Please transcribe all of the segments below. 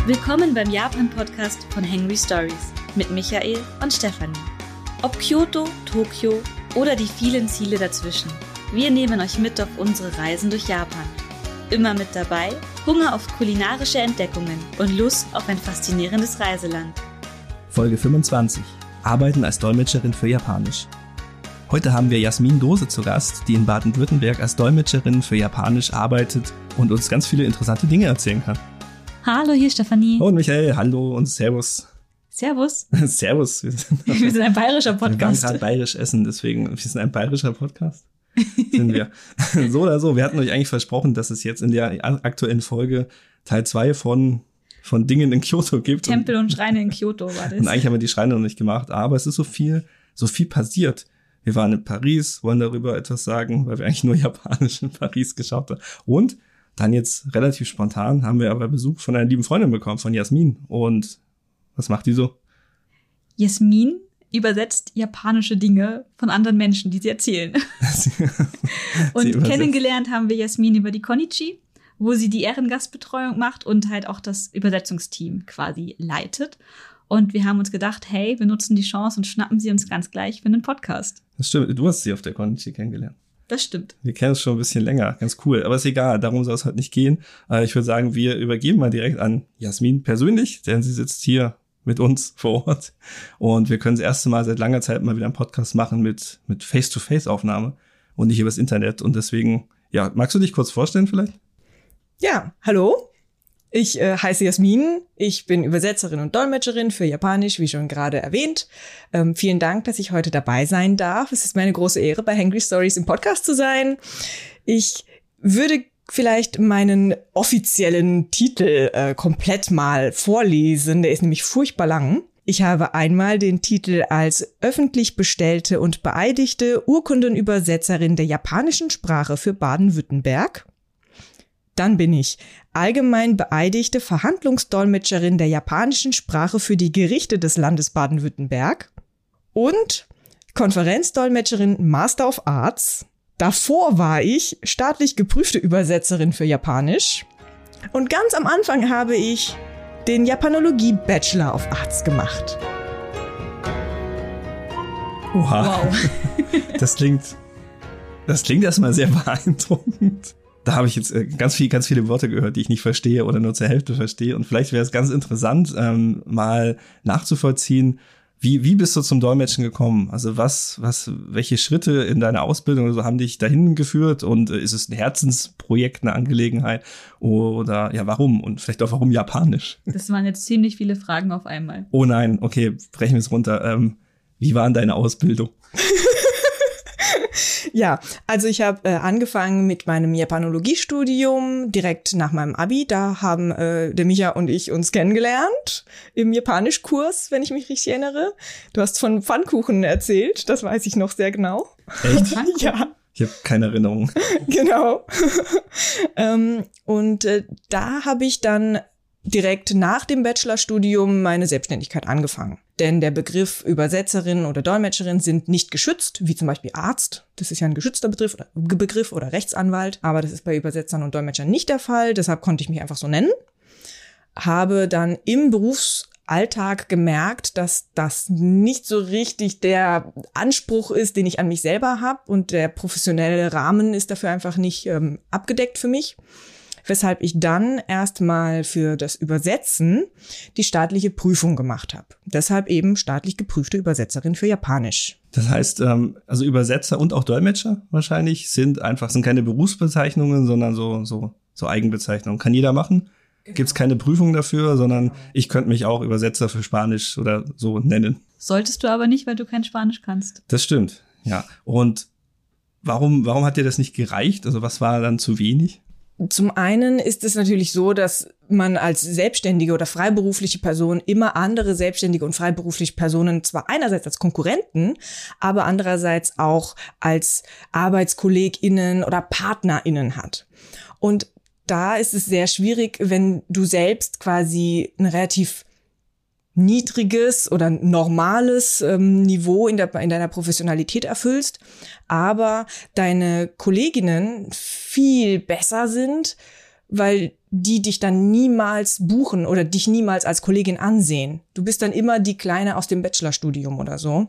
Willkommen beim Japan-Podcast von Hangry Stories mit Michael und Stefanie. Ob Kyoto, Tokio oder die vielen Ziele dazwischen, wir nehmen euch mit auf unsere Reisen durch Japan. Immer mit dabei Hunger auf kulinarische Entdeckungen und Lust auf ein faszinierendes Reiseland. Folge 25. Arbeiten als Dolmetscherin für Japanisch. Heute haben wir Jasmin Dose zu Gast, die in Baden-Württemberg als Dolmetscherin für Japanisch arbeitet und uns ganz viele interessante Dinge erzählen kann. Hallo, hier ist Stefanie. Und Michael, hallo und Servus. Servus. Servus. Wir sind ein bayerischer Podcast. Wir waren gerade bayerisch essen, deswegen, wir sind ein bayerischer Podcast. Sind wir. So oder so, wir hatten euch eigentlich versprochen, dass es jetzt in der aktuellen Folge Teil 2 von Dingen in Kyoto gibt. Tempel und Schreine in Kyoto war das. Und eigentlich haben wir die Schreine noch nicht gemacht, aber es ist so viel passiert. Wir waren in Paris, wollen darüber etwas sagen, weil wir eigentlich nur Japanisch in Paris geschaut haben. Und dann jetzt relativ spontan haben wir aber Besuch von einer lieben Freundin bekommen, von Jasmin. Und was macht die so? Jasmin übersetzt japanische Dinge von anderen Menschen, die sie erzählen. Und kennengelernt haben wir Jasmin über die Konichi, wo sie die Ehrengastbetreuung macht und halt auch das Übersetzungsteam quasi leitet. Und wir haben uns gedacht, hey, wir nutzen die Chance und schnappen sie uns ganz gleich für einen Podcast. Das stimmt, du hast sie auf der Konichi kennengelernt. Das stimmt. Wir kennen es schon ein bisschen länger, ganz cool. Aber ist egal, darum soll es halt nicht gehen. Ich würde sagen, wir übergeben mal direkt an Jasmin persönlich, denn sie sitzt hier mit uns vor Ort. Und wir können das erste Mal seit langer Zeit mal wieder einen Podcast machen mit Face-to-Face-Aufnahme und nicht übers Internet. Und deswegen, ja, magst du dich kurz vorstellen vielleicht? Ja, hallo. Ich heiße Jasmin, ich bin Übersetzerin und Dolmetscherin für Japanisch, wie schon gerade erwähnt. Vielen Dank, dass ich heute dabei sein darf. Es ist mir eine große Ehre, bei Hangry Stories im Podcast zu sein. Ich würde vielleicht meinen offiziellen Titel komplett mal vorlesen, der ist nämlich furchtbar lang. Ich habe einmal den Titel als öffentlich bestellte und beeidigte Urkundenübersetzerin der japanischen Sprache für Baden-Württemberg. Dann bin ich allgemein beeidigte Verhandlungsdolmetscherin der japanischen Sprache für die Gerichte des Landes Baden-Württemberg und Konferenzdolmetscherin Master of Arts. Davor war ich staatlich geprüfte Übersetzerin für Japanisch und ganz am Anfang habe ich den Japanologie Bachelor of Arts gemacht. Oha. Wow. Das klingt erstmal sehr beeindruckend. Da habe ich jetzt ganz viele Worte gehört, die ich nicht verstehe oder nur zur Hälfte verstehe. Und vielleicht wäre es ganz interessant, mal nachzuvollziehen, wie bist du zum Dolmetschen gekommen? Also welche Schritte in deiner Ausbildung oder so haben dich dahin geführt? Und ist es ein Herzensprojekt, eine Angelegenheit? Oder ja, warum? Und vielleicht auch warum Japanisch? Das waren jetzt ziemlich viele Fragen auf einmal. Oh nein, okay, brechen wir es runter. Wie war denn deine Ausbildung? Ja, also ich habe angefangen mit meinem Japanologiestudium direkt nach meinem Abi. Da haben der Micha und ich uns kennengelernt im Japanischkurs, wenn ich mich richtig erinnere. Du hast von Pfannkuchen erzählt, das weiß ich noch sehr genau. Echt? Ja. Ich habe keine Erinnerung. Genau. Da habe ich dann direkt nach dem Bachelorstudium meine Selbstständigkeit angefangen. Denn der Begriff Übersetzerin oder Dolmetscherin sind nicht geschützt, wie zum Beispiel Arzt. Das ist ja ein geschützter Begriff oder Rechtsanwalt. Aber das ist bei Übersetzern und Dolmetschern nicht der Fall. Deshalb konnte ich mich einfach so nennen. Habe dann im Berufsalltag gemerkt, dass das nicht so richtig der Anspruch ist, den ich an mich selber habe. Und der professionelle Rahmen ist dafür einfach nicht abgedeckt für mich. Weshalb ich dann erstmal für das Übersetzen die staatliche Prüfung gemacht habe. Deshalb eben staatlich geprüfte Übersetzerin für Japanisch. Das heißt, also Übersetzer und auch Dolmetscher wahrscheinlich sind keine Berufsbezeichnungen, sondern so Eigenbezeichnungen. Kann jeder machen. Gibt's keine Prüfung dafür, sondern ich könnte mich auch Übersetzer für Spanisch oder so nennen. Solltest du aber nicht, weil du kein Spanisch kannst. Das stimmt, ja. Und warum hat dir das nicht gereicht? Also was war dann zu wenig? Zum einen ist es natürlich so, dass man als selbstständige oder freiberufliche Person immer andere selbstständige und freiberufliche Personen zwar einerseits als Konkurrenten, aber andererseits auch als ArbeitskollegInnen oder PartnerInnen hat. Und da ist es sehr schwierig, wenn du selbst quasi ein relativ niedriges oder normales Niveau in deiner Professionalität erfüllst, aber deine Kolleginnen viel besser sind, weil die dich dann niemals buchen oder dich niemals als Kollegin ansehen. Du bist dann immer die Kleine aus dem Bachelorstudium oder so.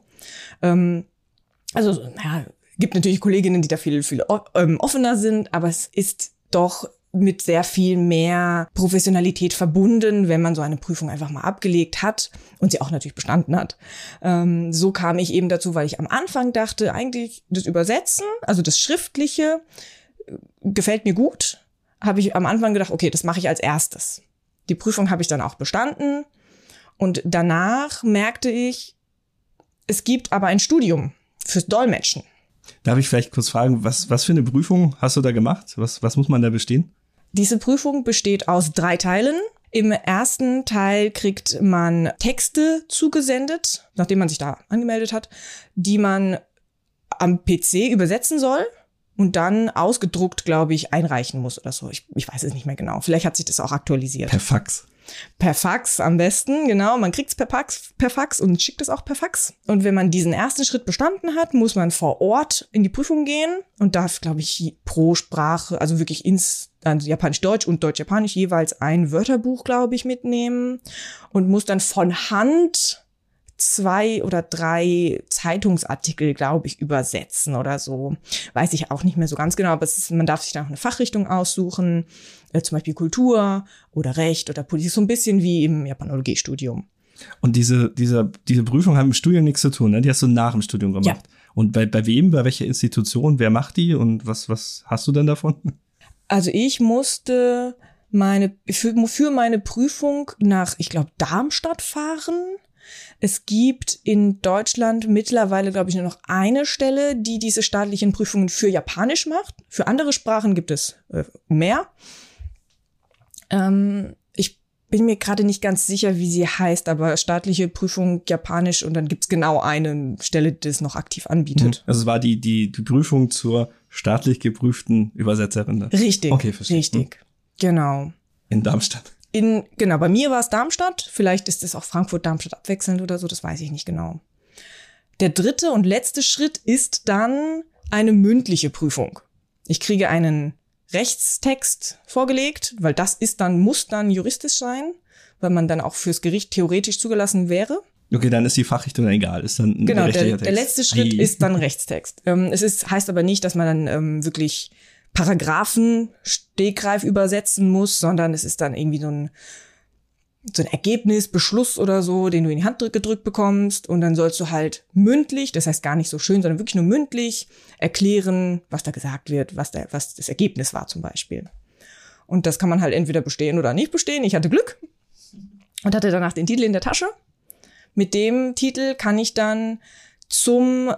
Gibt natürlich Kolleginnen, die da viel offener sind, aber es ist doch mit sehr viel mehr Professionalität verbunden, wenn man so eine Prüfung einfach mal abgelegt hat und sie auch natürlich bestanden hat. So kam ich eben dazu, weil ich am Anfang dachte, eigentlich das Übersetzen, also das Schriftliche, gefällt mir gut. Habe ich am Anfang gedacht, okay, das mache ich als erstes. Die Prüfung habe ich dann auch bestanden und danach merkte ich, es gibt aber ein Studium fürs Dolmetschen. Darf ich vielleicht kurz fragen, was für eine Prüfung hast du da gemacht? Was muss man da bestehen? Diese Prüfung besteht aus 3 Teilen. Im ersten Teil kriegt man Texte zugesendet, nachdem man sich da angemeldet hat, die man am PC übersetzen soll und dann ausgedruckt, glaube ich, einreichen muss oder so. Ich weiß es nicht mehr genau. Vielleicht hat sich das auch aktualisiert. Per Fax. Per Fax am besten, genau. Man kriegt es per Fax und schickt es auch per Fax. Und wenn man diesen ersten Schritt bestanden hat, muss man vor Ort in die Prüfung gehen und darf, glaube ich, pro Sprache, also wirklich also Japanisch-Deutsch und Deutsch-Japanisch jeweils ein Wörterbuch, glaube ich, mitnehmen und muss dann von Hand 2 oder 3 Zeitungsartikel, glaube ich, übersetzen oder so. Weiß ich auch nicht mehr so ganz genau, aber man darf sich dann auch eine Fachrichtung aussuchen, zum Beispiel Kultur oder Recht oder Politik, so ein bisschen wie im Japanologiestudium. Und diese Prüfung hat mit dem Studium nichts zu tun, ne? Die hast du nach dem Studium gemacht. Ja. Und bei wem, bei welcher Institution, wer macht die und was hast du denn davon? Also ich musste für meine Prüfung nach, ich glaube, Darmstadt fahren. Es gibt in Deutschland mittlerweile, glaube ich, nur noch eine Stelle, die diese staatlichen Prüfungen für Japanisch macht. Für andere Sprachen gibt es mehr. Ich bin mir gerade nicht ganz sicher, wie sie heißt, aber staatliche Prüfung Japanisch und dann gibt's genau eine Stelle, die das noch aktiv anbietet. Also es war die Prüfung zur staatlich geprüften Übersetzerin. Richtig, okay, verstehe. Richtig, genau. In Darmstadt. Genau, bei mir war es Darmstadt. Vielleicht ist es auch Frankfurt-Darmstadt abwechselnd oder so, das weiß ich nicht genau. Der 3. und letzte Schritt ist dann eine mündliche Prüfung. Ich kriege einen Rechtstext vorgelegt, weil muss dann juristisch sein, weil man dann auch fürs Gericht theoretisch zugelassen wäre. Okay, dann ist die Fachrichtung dann egal, ist dann genau, der letzte Schritt ist dann Rechtstext. Heißt aber nicht, dass man dann wirklich Paragraphen stegreif übersetzen muss, sondern es ist dann irgendwie so ein Ergebnis, Beschluss oder so, den du in die Hand gedrückt bekommst und dann sollst du halt mündlich, das heißt gar nicht so schön, sondern wirklich nur mündlich erklären, was da gesagt wird, was das Ergebnis war zum Beispiel. Und das kann man halt entweder bestehen oder nicht bestehen. Ich hatte Glück und hatte danach den Titel in der Tasche. Mit dem Titel kann ich dann zum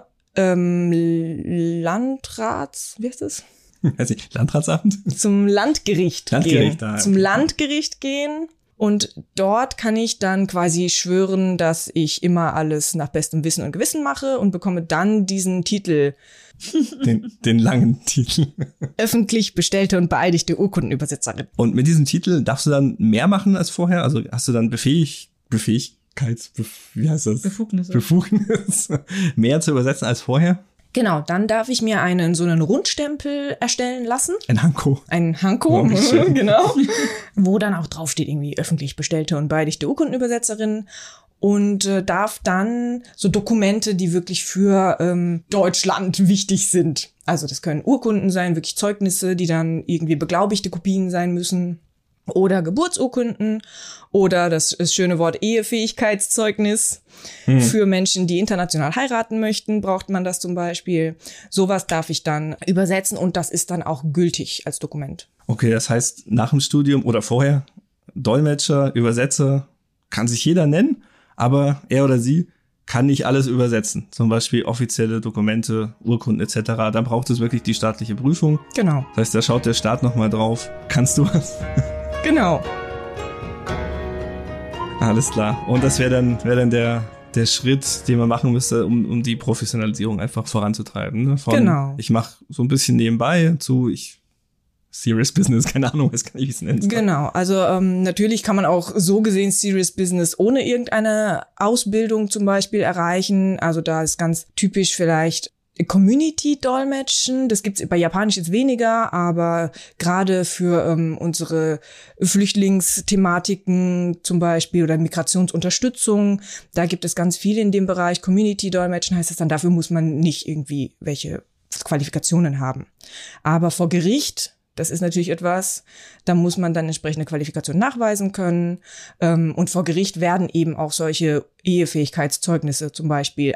Landratsamt? Zum Landgericht gehen. Zum Landgericht gehen. Und dort kann ich dann quasi schwören, dass ich immer alles nach bestem Wissen und Gewissen mache und bekomme dann diesen Titel. Den langen Titel. Öffentlich bestellte und beeidigte Urkundenübersetzerin. Und mit diesem Titel darfst du dann mehr machen als vorher? Also hast du dann Befugnis, mehr zu übersetzen als vorher? Genau, dann darf ich mir so einen Rundstempel erstellen lassen. Ein Hanko. Ein Hanko, genau. Wo dann auch draufsteht irgendwie öffentlich bestellte und beeidigte Urkundenübersetzerin und darf dann so Dokumente, die wirklich für Deutschland wichtig sind. Also das können Urkunden sein, wirklich Zeugnisse, die dann irgendwie beglaubigte Kopien sein müssen. Oder Geburtsurkunden oder das schöne Wort Ehefähigkeitszeugnis. Für Menschen, die international heiraten möchten, braucht man das zum Beispiel. Sowas darf ich dann übersetzen und das ist dann auch gültig als Dokument. Okay, das heißt, nach dem Studium oder vorher, Dolmetscher, Übersetzer, kann sich jeder nennen, aber er oder sie kann nicht alles übersetzen. Zum Beispiel offizielle Dokumente, Urkunden etc. Dann braucht es wirklich die staatliche Prüfung. Genau. Das heißt, da schaut der Staat nochmal drauf. Kannst du was? Genau. Alles klar. Und das wäre dann der Schritt, den man machen müsste, um die Professionalisierung einfach voranzutreiben. Ne? Genau. Ich mache so ein bisschen nebenbei zu Serious Business, keine Ahnung, weiß gar nicht, wie es nennt. Genau, also natürlich kann man auch so gesehen Serious Business ohne irgendeine Ausbildung zum Beispiel erreichen. Also da ist ganz typisch vielleicht Community-Dolmetschen, das gibt's bei Japanisch jetzt weniger, aber gerade für unsere Flüchtlingsthematiken zum Beispiel oder Migrationsunterstützung, da gibt es ganz viel in dem Bereich. Community-Dolmetschen heißt es dann, dafür muss man nicht irgendwie welche Qualifikationen haben. Aber vor Gericht, das ist natürlich etwas, da muss man dann entsprechende Qualifikation nachweisen können. Und vor Gericht werden eben auch solche Ehefähigkeitszeugnisse zum Beispiel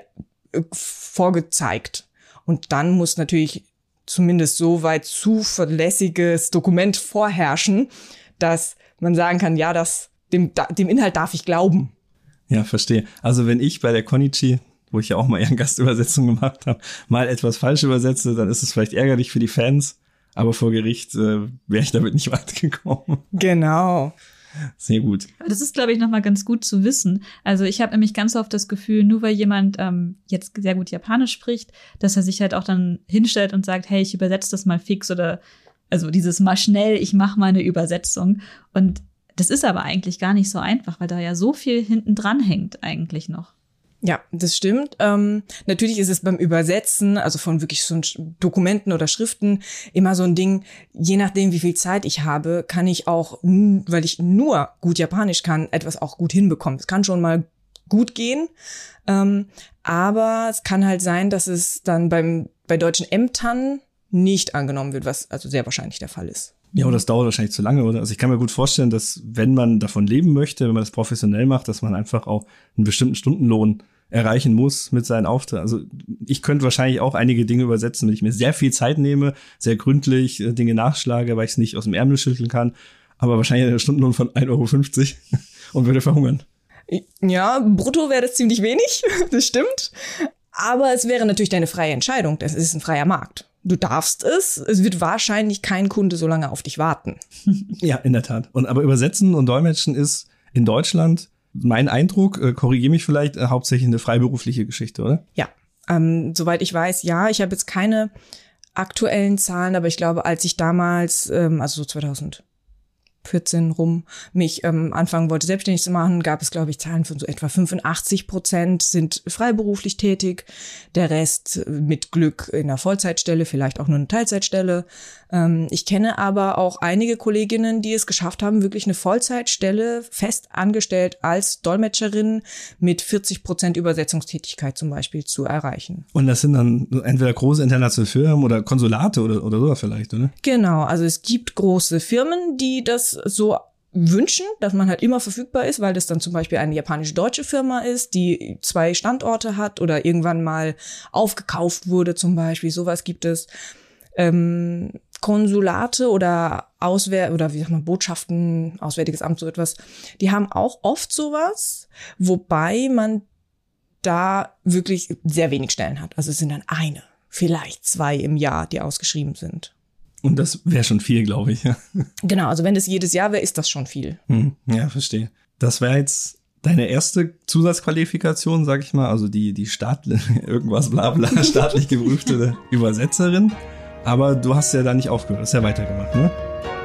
vorgezeigt. Und dann muss natürlich zumindest so weit zuverlässiges Dokument vorherrschen, dass man sagen kann, ja, dem Inhalt darf ich glauben. Ja, verstehe. Also wenn ich bei der Konichi, wo ich ja auch mal eher eine Gastübersetzung gemacht habe, mal etwas falsch übersetze, dann ist es vielleicht ärgerlich für die Fans, aber vor Gericht wäre ich damit nicht weit gekommen. Genau. Sehr gut. Das ist, glaube ich, nochmal ganz gut zu wissen. Also ich habe nämlich ganz oft das Gefühl, nur weil jemand jetzt sehr gut Japanisch spricht, dass er sich halt auch dann hinstellt und sagt, hey, ich übersetze das mal fix oder also dieses mal schnell, ich mache mal eine Übersetzung. Und das ist aber eigentlich gar nicht so einfach, weil da ja so viel hinten dran hängt eigentlich noch. Ja, das stimmt. Natürlich ist es beim Übersetzen, also von wirklich so Dokumenten oder Schriften, immer so ein Ding, je nachdem, wie viel Zeit ich habe, kann ich auch, weil ich nur gut Japanisch kann, etwas auch gut hinbekommen. Es kann schon mal gut gehen, aber es kann halt sein, dass es dann bei deutschen Ämtern nicht angenommen wird, was also sehr wahrscheinlich der Fall ist. Ja, oder das dauert wahrscheinlich zu lange, oder? Also ich kann mir gut vorstellen, dass wenn man davon leben möchte, wenn man das professionell macht, dass man einfach auch einen bestimmten Stundenlohn erreichen muss mit seinen Auftritten. Also ich könnte wahrscheinlich auch einige Dinge übersetzen, wenn ich mir sehr viel Zeit nehme, sehr gründlich Dinge nachschlage, weil ich es nicht aus dem Ärmel schütteln kann. Aber wahrscheinlich einen Stundenlohn von 1,50 € und würde verhungern. Ja, brutto wäre das ziemlich wenig, das stimmt. Aber es wäre natürlich deine freie Entscheidung. Das ist ein freier Markt. Du darfst es. Es wird wahrscheinlich kein Kunde so lange auf dich warten. Ja, in der Tat. Aber Übersetzen und Dolmetschen ist in Deutschland, mein Eindruck, korrigiere mich vielleicht, hauptsächlich eine freiberufliche Geschichte, oder? Ja, soweit ich weiß, ja. Ich habe jetzt keine aktuellen Zahlen, aber ich glaube, als ich damals, also so 2014 rum, mich anfangen wollte, selbstständig zu machen, gab es, glaube ich, Zahlen von so etwa 85% sind freiberuflich tätig. Der Rest mit Glück in einer Vollzeitstelle, vielleicht auch nur eine Teilzeitstelle. Ich kenne aber auch einige Kolleginnen, die es geschafft haben, wirklich eine Vollzeitstelle fest angestellt als Dolmetscherin mit 40% Übersetzungstätigkeit zum Beispiel zu erreichen. Und das sind dann entweder große internationale Firmen oder Konsulate oder so vielleicht, oder? Genau, also es gibt große Firmen, die das so wünschen, dass man halt immer verfügbar ist, weil das dann zum Beispiel eine japanisch-deutsche Firma ist, die 2 Standorte hat oder irgendwann mal aufgekauft wurde zum Beispiel. Sowas gibt es. Konsulate oder wie sagt man, Botschaften, Auswärtiges Amt, so etwas, die haben auch oft sowas, wobei man da wirklich sehr wenig Stellen hat. Also es sind dann eine, vielleicht 2 im Jahr, die ausgeschrieben sind. Und das wäre schon viel, glaube ich. Ja. Genau, also wenn das jedes Jahr wäre, ist das schon viel. Ja, verstehe. Das wäre jetzt deine erste Zusatzqualifikation, sag ich mal, also die irgendwas bla bla, staatlich geprüfte Übersetzerin. Aber du hast ja da nicht aufgehört, hast ja weitergemacht, ne?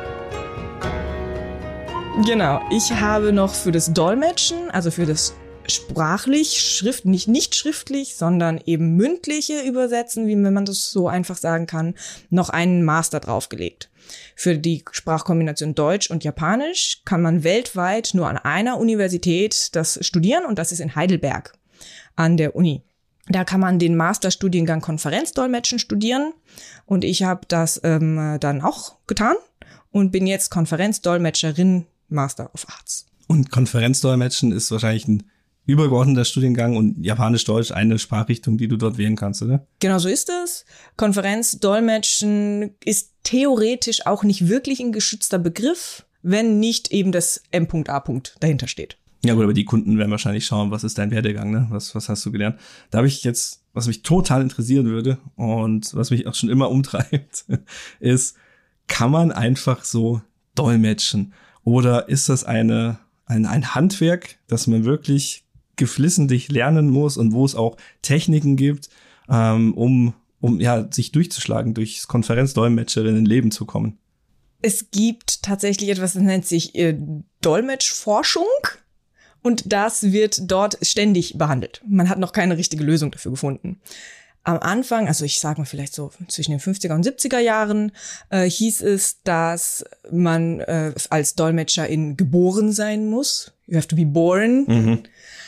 Genau, ich habe noch für das Dolmetschen, also für das sprachlich, nicht schriftlich, sondern eben mündliche Übersetzen, wie wenn man das so einfach sagen kann, noch einen Master draufgelegt. Für die Sprachkombination Deutsch und Japanisch kann man weltweit nur an einer Universität das studieren und das ist in Heidelberg an der Uni. Da kann man den Masterstudiengang Konferenzdolmetschen studieren und ich habe das dann auch getan und bin jetzt Konferenzdolmetscherin Master of Arts. Und Konferenzdolmetschen ist wahrscheinlich ein übergeordneter Studiengang und Japanisch-Deutsch eine Sprachrichtung, die du dort wählen kannst, oder? Genau so ist es. Konferenzdolmetschen ist theoretisch auch nicht wirklich ein geschützter Begriff, wenn nicht eben das M.A. dahinter steht. Ja gut, aber die Kunden werden wahrscheinlich schauen, was ist dein Werdegang, ne? Was hast du gelernt? Da habe ich jetzt, was mich total interessieren würde und was mich auch schon immer umtreibt, ist, kann man einfach so dolmetschen? Oder ist das ein Handwerk, das man wirklich geflissentlich lernen muss und wo es auch Techniken gibt, um sich durchzuschlagen, durchs Konferenzdolmetscherinnen-Leben zu kommen? Es gibt tatsächlich etwas, das nennt sich Dolmetschforschung. Und das wird dort ständig behandelt. Man hat noch keine richtige Lösung dafür gefunden. am Anfang, also ich sag mal vielleicht so zwischen den 50er und 70er Jahren, hieß es, dass man als Dolmetscherin geboren sein muss. You have to be born.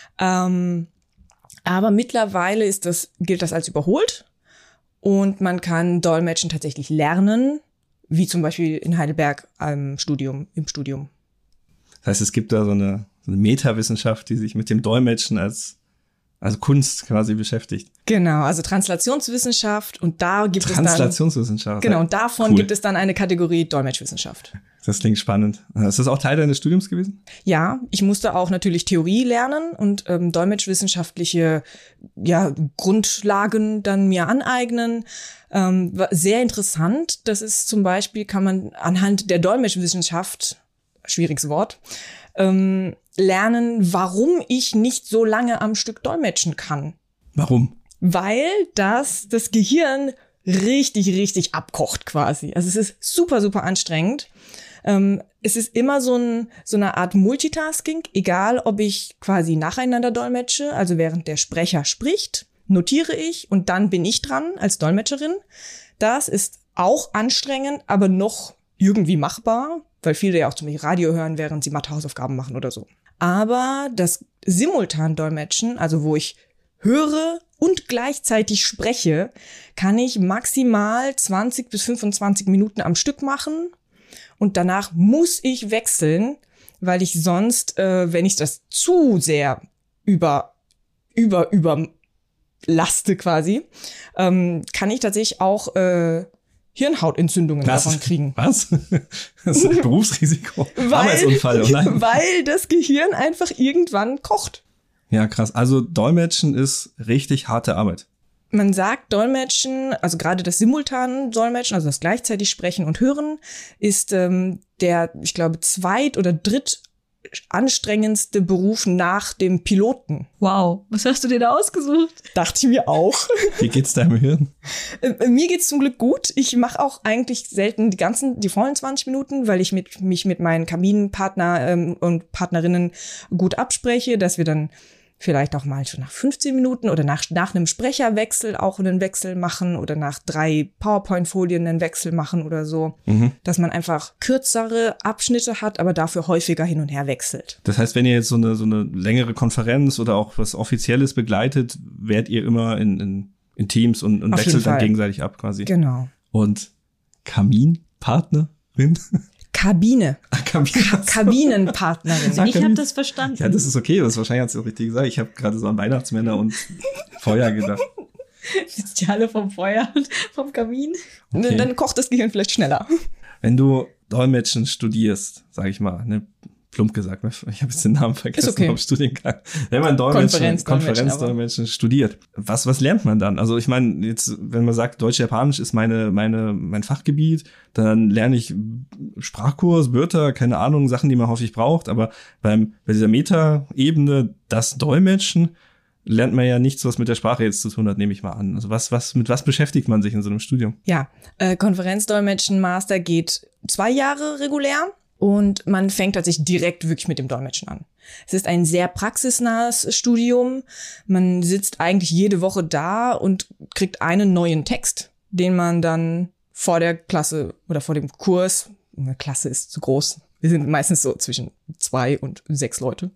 Aber mittlerweile gilt das als überholt und man kann Dolmetschen tatsächlich lernen, wie zum Beispiel in Heidelberg im Studium. Das heißt, es gibt da so eine Metawissenschaft, die sich mit dem Dolmetschen als Kunst quasi beschäftigt. Genau, also Translationswissenschaft und da gibt es dann... Translationswissenschaft. Genau, und davon gibt es dann eine Kategorie Dolmetschwissenschaft. Das klingt spannend. Ist das auch Teil deines Studiums gewesen? Ja, ich musste auch natürlich Theorie lernen und dolmetschwissenschaftliche Grundlagen dann mir aneignen. Sehr interessant. Das ist zum Beispiel, kann man anhand der Dolmetschwissenschaft, schwieriges Wort, lernen, warum ich nicht so lange am Stück dolmetschen kann. Warum? Weil das Gehirn richtig, richtig abkocht quasi. Also es ist super, super anstrengend. Es ist immer so eine Art Multitasking, egal ob ich quasi nacheinander dolmetsche, also während der Sprecher spricht, notiere ich und dann bin ich dran als Dolmetscherin. Das ist auch anstrengend, aber noch irgendwie machbar, weil viele ja auch zum Beispiel Radio hören, während sie Mathehausaufgaben machen oder so. Aber das Simultan-Dolmetschen, also wo ich höre und gleichzeitig spreche, kann ich maximal 20 bis 25 Minuten am Stück machen. Und danach muss ich wechseln, weil ich sonst, wenn ich das zu sehr überlaste quasi, kann ich tatsächlich auch Hirnhautentzündungen davon kriegen. Was? Das ist ein Berufsrisiko. Arbeitsunfall, oder? Weil das Gehirn einfach irgendwann kocht. Ja, krass. Also Dolmetschen ist richtig harte Arbeit. Man sagt, Dolmetschen, also gerade das simultane Dolmetschen, also das gleichzeitig Sprechen und Hören, ist der, ich glaube, zweit- oder drittanstrengendste Beruf nach dem Piloten. Wow, was hast du dir da ausgesucht? Dachte ich mir auch. Wie geht's deinem Hirn? Mir geht's zum Glück gut. Ich mache auch eigentlich selten die vollen 20 Minuten, weil ich mich mit meinen Kabinenpartner und Partnerinnen gut abspreche, dass wir dann vielleicht auch mal schon nach 15 Minuten oder nach einem Sprecherwechsel auch einen Wechsel machen oder nach 3 PowerPoint-Folien einen Wechsel machen oder so. Dass man einfach kürzere Abschnitte hat, aber dafür häufiger hin und her wechselt. Das heißt, wenn ihr jetzt so eine längere Konferenz oder auch was Offizielles begleitet, werdet ihr immer in Teams und wechselt dann gegenseitig ab quasi. Genau. Und Kabinenpartnerin? Kabine. Kabinenpartnerin. Ich habe das verstanden. Ja, das ist okay. Das ist wahrscheinlich ganz richtig gesagt. Ich habe gerade so an Weihnachtsmänner und Feuer gedacht. Sitzt ja alle vom Feuer und vom Kamin. Okay. Dann kocht das Gehirn vielleicht schneller. Wenn du Dolmetschen studierst, sage ich mal, ne, plump gesagt, ich habe jetzt den Namen vergessen vom Studiengang. Wenn man Konferenzdolmetschen studiert, was lernt man dann? Also ich meine, jetzt, wenn man sagt, Deutsch-Japanisch ist mein Fachgebiet, dann lerne ich Sprachkurs, Wörter, keine Ahnung, Sachen, die man häufig braucht, aber bei dieser Meta-Ebene, das Dolmetschen, lernt man ja nichts, was mit der Sprache jetzt zu tun hat, nehme ich mal an. Also mit was beschäftigt man sich in so einem Studium? Ja, Konferenzdolmetschen-Master geht 2 Jahre regulär. Und man fängt tatsächlich direkt wirklich mit dem Dolmetschen an. Es ist ein sehr praxisnahes Studium. Man sitzt eigentlich jede Woche da und kriegt einen neuen Text, den man dann vor der Klasse oder vor dem Kurs, eine Klasse ist zu groß, wir sind meistens so zwischen 2 und 6 Leute,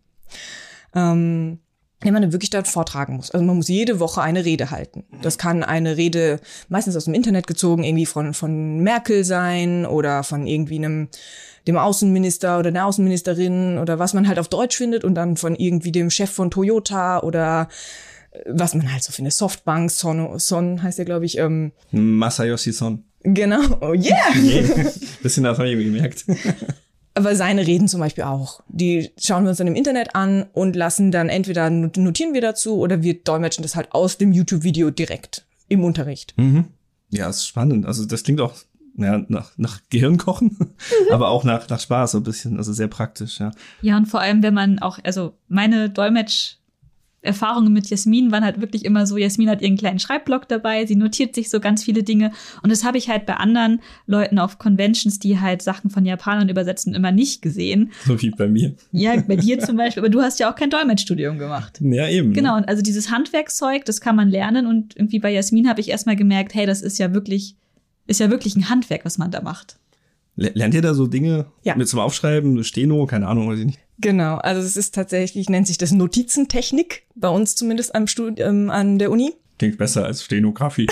den man dann wirklich dort vortragen muss. Also man muss jede Woche eine Rede halten. Das kann eine Rede meistens aus dem Internet gezogen, irgendwie von Merkel sein oder von irgendwie dem Außenminister oder der Außenministerin oder was man halt auf Deutsch findet und dann von irgendwie dem Chef von Toyota oder was man halt so findet. Softbank, Son heißt der, glaube ich. Masayoshi Son. Genau, oh yeah! Bisschen das habe ich mir gemerkt. Aber seine Reden zum Beispiel auch. Die schauen wir uns dann im Internet an und lassen dann entweder notieren wir dazu oder wir dolmetschen das halt aus dem YouTube-Video direkt im Unterricht. Ja, ist spannend. Also das klingt auch nach Gehirnkochen, aber auch nach Spaß so ein bisschen, also sehr praktisch, ja. Ja, und vor allem, wenn man auch, also meine Erfahrungen mit Jasmin waren halt wirklich immer so, Jasmin hat ihren kleinen Schreibblock dabei, sie notiert sich so ganz viele Dinge. Und das habe ich halt bei anderen Leuten auf Conventions, die halt Sachen von Japanern übersetzen, immer nicht gesehen. So wie bei mir. Ja, bei dir zum Beispiel. Aber du hast ja auch kein Dolmetschstudium gemacht. Ja, eben. Genau, und also dieses Handwerkszeug, das kann man lernen. Und irgendwie bei Jasmin habe ich erstmal gemerkt, hey, das ist ja wirklich ein Handwerk, was man da macht. Lernt ihr da so Dinge mit zum Aufschreiben, Steno, keine Ahnung, weiß ich nicht. Genau, also es ist tatsächlich, nennt sich das Notizentechnik, bei uns zumindest am Studium an der Uni. Klingt besser als Stenografie.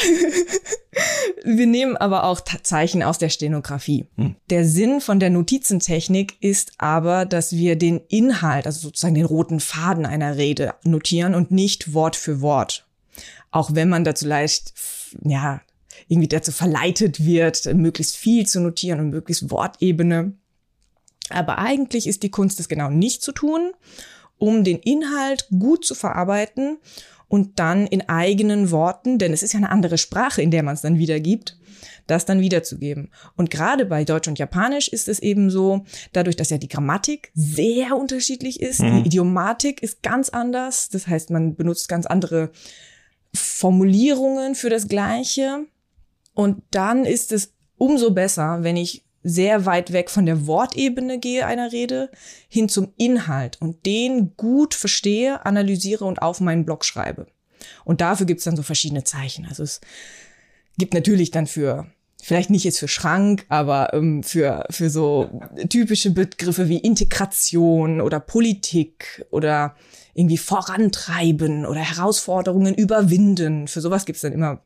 Wir nehmen aber auch Zeichen aus der Stenografie. Der Sinn von der Notizentechnik ist aber, dass wir den Inhalt, also sozusagen den roten Faden einer Rede notieren und nicht Wort für Wort. Auch wenn man dazu leicht, irgendwie dazu verleitet wird, möglichst viel zu notieren und möglichst Wortebene. Aber eigentlich ist die Kunst, das genau nicht zu tun, um den Inhalt gut zu verarbeiten und dann in eigenen Worten, denn es ist ja eine andere Sprache, in der man es dann wiedergibt, das dann wiederzugeben. Und gerade bei Deutsch und Japanisch ist es eben so, dadurch, dass ja die Grammatik sehr unterschiedlich ist, die Idiomatik ist ganz anders, das heißt, man benutzt ganz andere Formulierungen für das Gleiche. Und dann ist es umso besser, wenn ich sehr weit weg von der Wortebene gehe einer Rede hin zum Inhalt und den gut verstehe, analysiere und auf meinen Blog schreibe. Und dafür gibt's dann so verschiedene Zeichen. Also es gibt natürlich dann vielleicht nicht jetzt für Schrank, aber für so typische Begriffe wie Integration oder Politik oder irgendwie vorantreiben oder Herausforderungen überwinden. Für sowas gibt's dann immer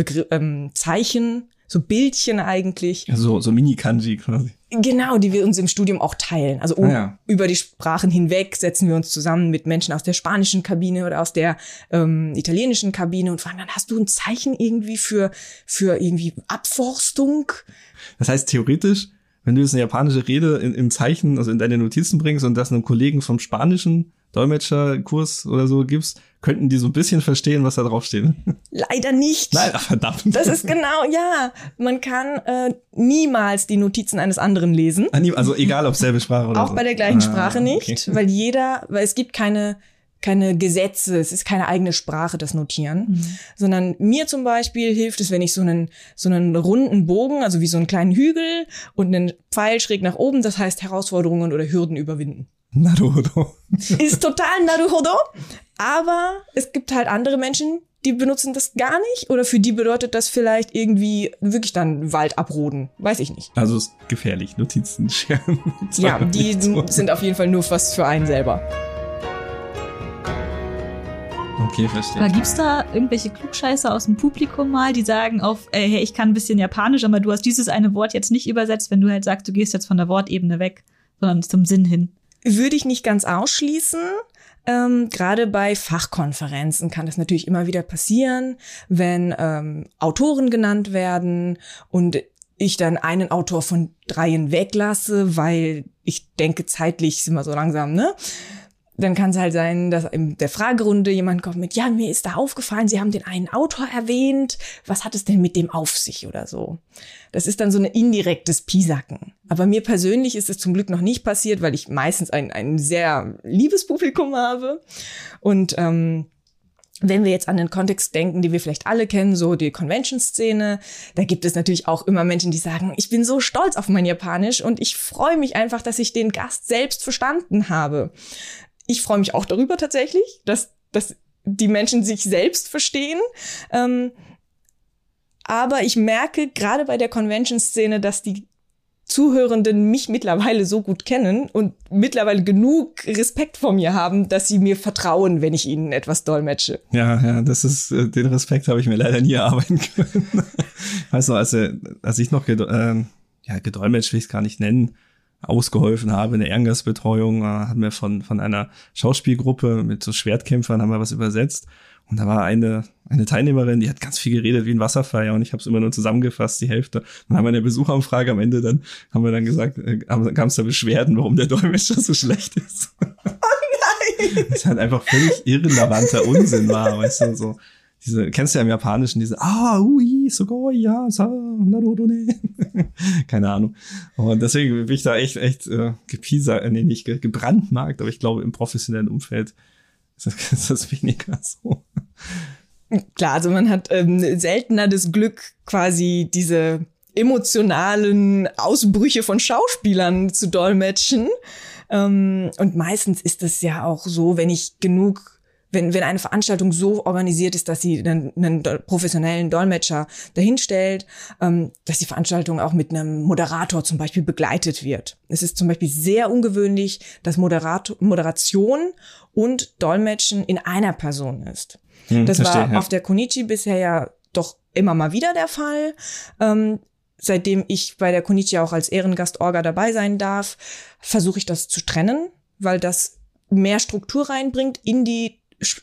Zeichen, so Bildchen eigentlich. Also so Mini-Kanji quasi. Genau, die wir uns im Studium auch teilen. Also über die Sprachen hinweg setzen wir uns zusammen mit Menschen aus der spanischen Kabine oder aus der italienischen Kabine und fragen dann, hast du ein Zeichen irgendwie für irgendwie Abforstung? Das heißt theoretisch, wenn du jetzt eine japanische Rede in Zeichen, also in deine Notizen bringst und das einem Kollegen vom spanischen Dolmetscherkurs oder so gibst, könnten die so ein bisschen verstehen, was da draufsteht. Leider nicht. Nein, ach, verdammt. Das ist genau, man kann niemals die Notizen eines anderen lesen. Also egal, ob selbe Sprache oder auch so. Auch bei der gleichen Sprache nicht, okay. weil es gibt keine Gesetze, es ist keine eigene Sprache, das Notieren, sondern mir zum Beispiel hilft es, wenn ich so einen runden Bogen, also wie so einen kleinen Hügel und einen Pfeil schräg nach oben, das heißt Herausforderungen oder Hürden überwinden. Naruhodo. Ist total Naruhodo, aber es gibt halt andere Menschen, die benutzen das gar nicht oder für die bedeutet das vielleicht irgendwie wirklich dann Wald abroden, weiß ich nicht. Also ist gefährlich, Notizen scheren. Ja, die sind auf jeden Fall nur was für einen selber. Okay, verstehe. Aber gibt's da irgendwelche Klugscheißer aus dem Publikum mal, die sagen hey, ich kann ein bisschen Japanisch, aber du hast dieses eine Wort jetzt nicht übersetzt, wenn du halt sagst, du gehst jetzt von der Wortebene weg, sondern zum Sinn hin? Würde ich nicht ganz ausschließen. Gerade bei Fachkonferenzen kann das natürlich immer wieder passieren, wenn Autoren genannt werden und ich dann einen Autor von 3 weglasse, weil ich denke, zeitlich sind wir so langsam, ne? Dann kann es halt sein, dass in der Fragerunde jemand kommt mit, ja, mir ist da aufgefallen, Sie haben den einen Autor erwähnt, was hat es denn mit dem auf sich oder so. Das ist dann so ein indirektes Piesacken. Aber mir persönlich ist es zum Glück noch nicht passiert, weil ich meistens ein sehr liebes Publikum habe. Und wenn wir jetzt an den Kontext denken, die wir vielleicht alle kennen, so die Convention-Szene, da gibt es natürlich auch immer Menschen, die sagen, ich bin so stolz auf mein Japanisch und ich freue mich einfach, dass ich den Gast selbst verstanden habe. Ich freue mich auch darüber tatsächlich, dass die Menschen sich selbst verstehen. Aber ich merke gerade bei der Convention-Szene, dass die Zuhörenden mich mittlerweile so gut kennen und mittlerweile genug Respekt vor mir haben, dass sie mir vertrauen, wenn ich ihnen etwas dolmetsche. Ja, das ist, den Respekt habe ich mir leider nie erarbeiten können. Weißt du, als ich noch gedolmetscht, will ich es gar nicht nennen, ausgeholfen habe in der Ehrengastbetreuung, hatten wir von einer Schauspielgruppe mit so Schwertkämpfern, haben wir was übersetzt. Und da war eine Teilnehmerin, die hat ganz viel geredet wie ein Wasserfall, und ich habe es immer nur zusammengefasst, die Hälfte. Dann haben wir eine Besucheranfrage am Ende, dann haben wir dann gesagt, kam es da Beschwerden, warum der Dolmetscher so schlecht ist. Oh nein! Das halt einfach völlig irrelevanter Unsinn war, weißt du, so. Kennst du ja im Japanischen diese, ui, sugoi, ja, sa, naruto ne. Keine Ahnung. Und deswegen bin ich da echt gebrandmarkt, aber ich glaube, im professionellen Umfeld ist das weniger so. Klar, also man hat seltener das Glück, quasi diese emotionalen Ausbrüche von Schauspielern zu dolmetschen. Und meistens ist es ja auch so, wenn eine Veranstaltung so organisiert ist, dass sie einen professionellen Dolmetscher dahinstellt, dass die Veranstaltung auch mit einem Moderator zum Beispiel begleitet wird. Es ist zum Beispiel sehr ungewöhnlich, dass Moderation und Dolmetschen in einer Person ist. Das war auf der Konichi bisher ja doch immer mal wieder der Fall. Seitdem ich bei der Konichi auch als Ehrengast-Orga dabei sein darf, versuche ich das zu trennen, weil das mehr Struktur reinbringt in die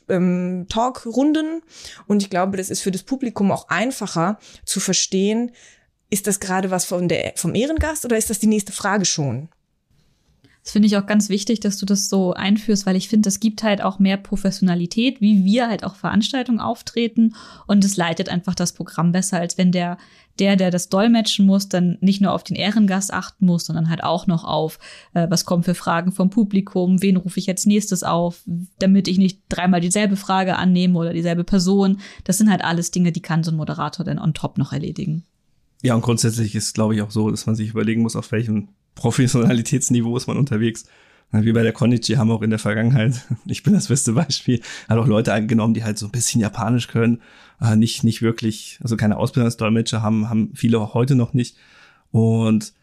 Talkrunden. Und ich glaube, das ist für das Publikum auch einfacher zu verstehen, ist das gerade was vom Ehrengast oder ist das die nächste Frage schon? Das finde ich auch ganz wichtig, dass du das so einführst, weil ich finde, das gibt halt auch mehr Professionalität, wie wir halt auch Veranstaltungen auftreten. Und es leitet einfach das Programm besser, als wenn der das dolmetschen muss, dann nicht nur auf den Ehrengast achten muss, sondern halt auch noch auf, was kommen für Fragen vom Publikum, wen rufe ich jetzt nächstes auf, damit ich nicht dreimal dieselbe Frage annehme oder dieselbe Person. Das sind halt alles Dinge, die kann so ein Moderator dann on top noch erledigen. Ja, und grundsätzlich ist, glaube ich, auch so, dass man sich überlegen muss, auf welchem Professionalitätsniveau ist man unterwegs. Wir bei der Konichi haben auch in der Vergangenheit, ich bin das beste Beispiel, halt auch Leute eingenommen, die halt so ein bisschen Japanisch können, nicht wirklich, also keine Ausbildung als Dolmetscher haben viele auch heute noch nicht. Und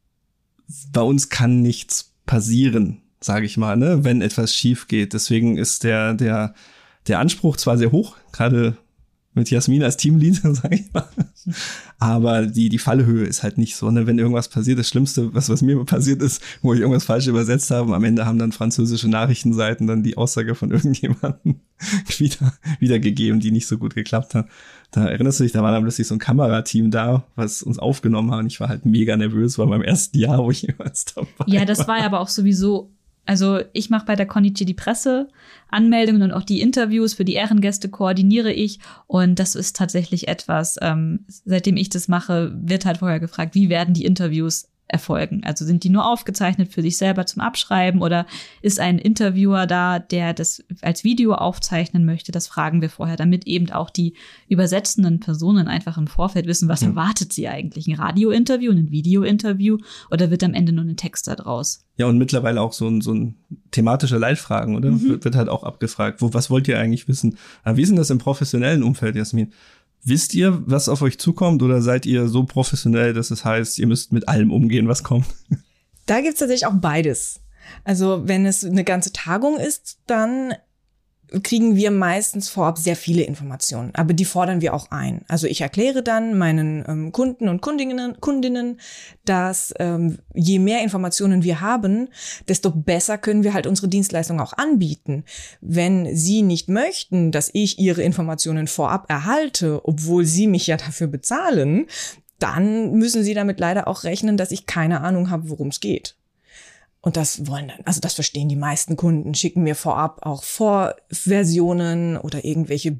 bei uns kann nichts passieren, sage ich mal, ne, wenn etwas schief geht. Deswegen ist der Anspruch zwar sehr hoch, gerade mit Jasmin als Teamlead, sage ich mal. Aber die Fallhöhe ist halt nicht so, ne? Wenn irgendwas passiert, das Schlimmste, was mir passiert ist, wo ich irgendwas falsch übersetzt habe, am Ende haben dann französische Nachrichtenseiten dann die Aussage von irgendjemandem wiedergegeben, die nicht so gut geklappt hat. Da erinnerst du dich, da war dann plötzlich so ein Kamerateam da, was uns aufgenommen hat und ich war halt mega nervös, war beim ersten Jahr, wo ich jeweils dabei war. Ja, das war ja aber auch sowieso. Also ich mache bei der Konichi die Presseanmeldungen und auch die Interviews für die Ehrengäste koordiniere ich. Und das ist tatsächlich etwas, seitdem ich das mache, wird halt vorher gefragt, wie werden die Interviews erfolgen? Also sind die nur aufgezeichnet für sich selber zum Abschreiben oder ist ein Interviewer da, der das als Video aufzeichnen möchte? Das fragen wir vorher, damit eben auch die übersetzenden Personen einfach im Vorfeld wissen, was erwartet sie eigentlich? Ein Radiointerview, ein Videointerview oder wird am Ende nur ein Text da draus? Ja, und mittlerweile auch so ein thematischer Leitfragen, oder? Wird halt auch abgefragt. Was wollt ihr eigentlich wissen? Aber wie ist denn das im professionellen Umfeld, Jasmin? Wisst ihr, was auf euch zukommt oder seid ihr so professionell, dass es heißt, ihr müsst mit allem umgehen, was kommt? Da gibt's tatsächlich auch beides. Also wenn es eine ganze Tagung ist, dann kriegen wir meistens vorab sehr viele Informationen, aber die fordern wir auch ein. Also ich erkläre dann meinen Kunden und Kundinnen, dass je mehr Informationen wir haben, desto besser können wir halt unsere Dienstleistung auch anbieten. Wenn Sie nicht möchten, dass ich Ihre Informationen vorab erhalte, obwohl Sie mich ja dafür bezahlen, dann müssen Sie damit leider auch rechnen, dass ich keine Ahnung habe, worum es geht. Und das das verstehen die meisten Kunden, schicken mir vorab auch Vorversionen oder irgendwelche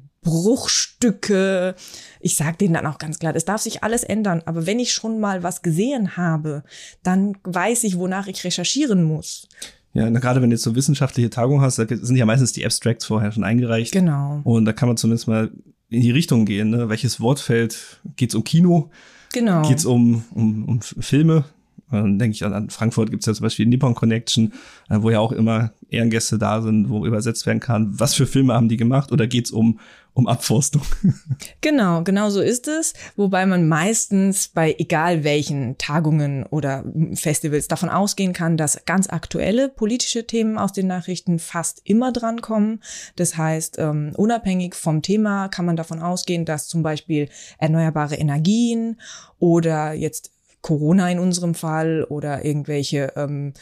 Bruchstücke. Ich sage denen dann auch ganz klar, das darf sich alles ändern. Aber wenn ich schon mal was gesehen habe, dann weiß ich, wonach ich recherchieren muss. Ja, gerade wenn du jetzt so wissenschaftliche Tagungen hast, da sind ja meistens die Abstracts vorher schon eingereicht. Genau. Und da kann man zumindest mal in die Richtung gehen, ne? Welches Wortfeld, geht's um Kino? Genau. Geht's um Filme? Dann denke ich an Frankfurt gibt's ja zum Beispiel Nippon Connection, wo ja auch immer Ehrengäste da sind, wo übersetzt werden kann. Was für Filme haben die gemacht oder geht's um Abforstung? Genau so ist es. Wobei man meistens bei egal welchen Tagungen oder Festivals davon ausgehen kann, dass ganz aktuelle politische Themen aus den Nachrichten fast immer drankommen. Das heißt, unabhängig vom Thema kann man davon ausgehen, dass zum Beispiel erneuerbare Energien oder jetzt Corona in unserem Fall oder irgendwelche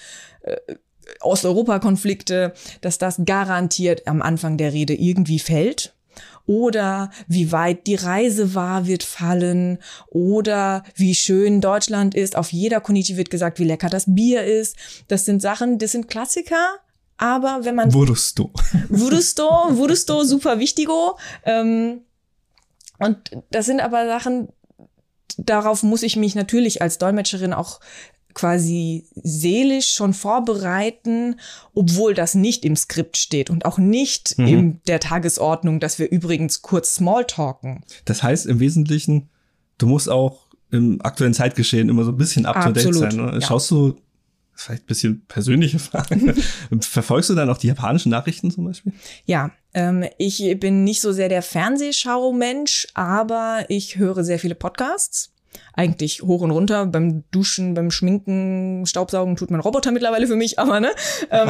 Osteuropa-Konflikte, dass das garantiert am Anfang der Rede irgendwie fällt. Oder wie weit die Reise war, wird fallen. Oder wie schön Deutschland ist. Auf jeder Konichi wird gesagt, wie lecker das Bier ist. Das sind Sachen, das sind Klassiker. Aber wenn man... Wurusto, super wichtigo. Und das sind aber Sachen... Darauf muss ich mich natürlich als Dolmetscherin auch quasi seelisch schon vorbereiten, obwohl das nicht im Skript steht und auch nicht in der Tagesordnung, dass wir übrigens kurz Smalltalken. Das heißt im Wesentlichen, du musst auch im aktuellen Zeitgeschehen immer so ein bisschen up-to-date sein. Ne? Ja. Schaust du, vielleicht ein bisschen persönliche Frage, verfolgst du dann auch die japanischen Nachrichten zum Beispiel? Ja, ich bin nicht so sehr der Fernsehschau-Mensch, aber ich höre sehr viele Podcasts. Eigentlich hoch und runter, beim Duschen, beim Schminken, Staubsaugen tut mein Roboter mittlerweile für mich, aber ne.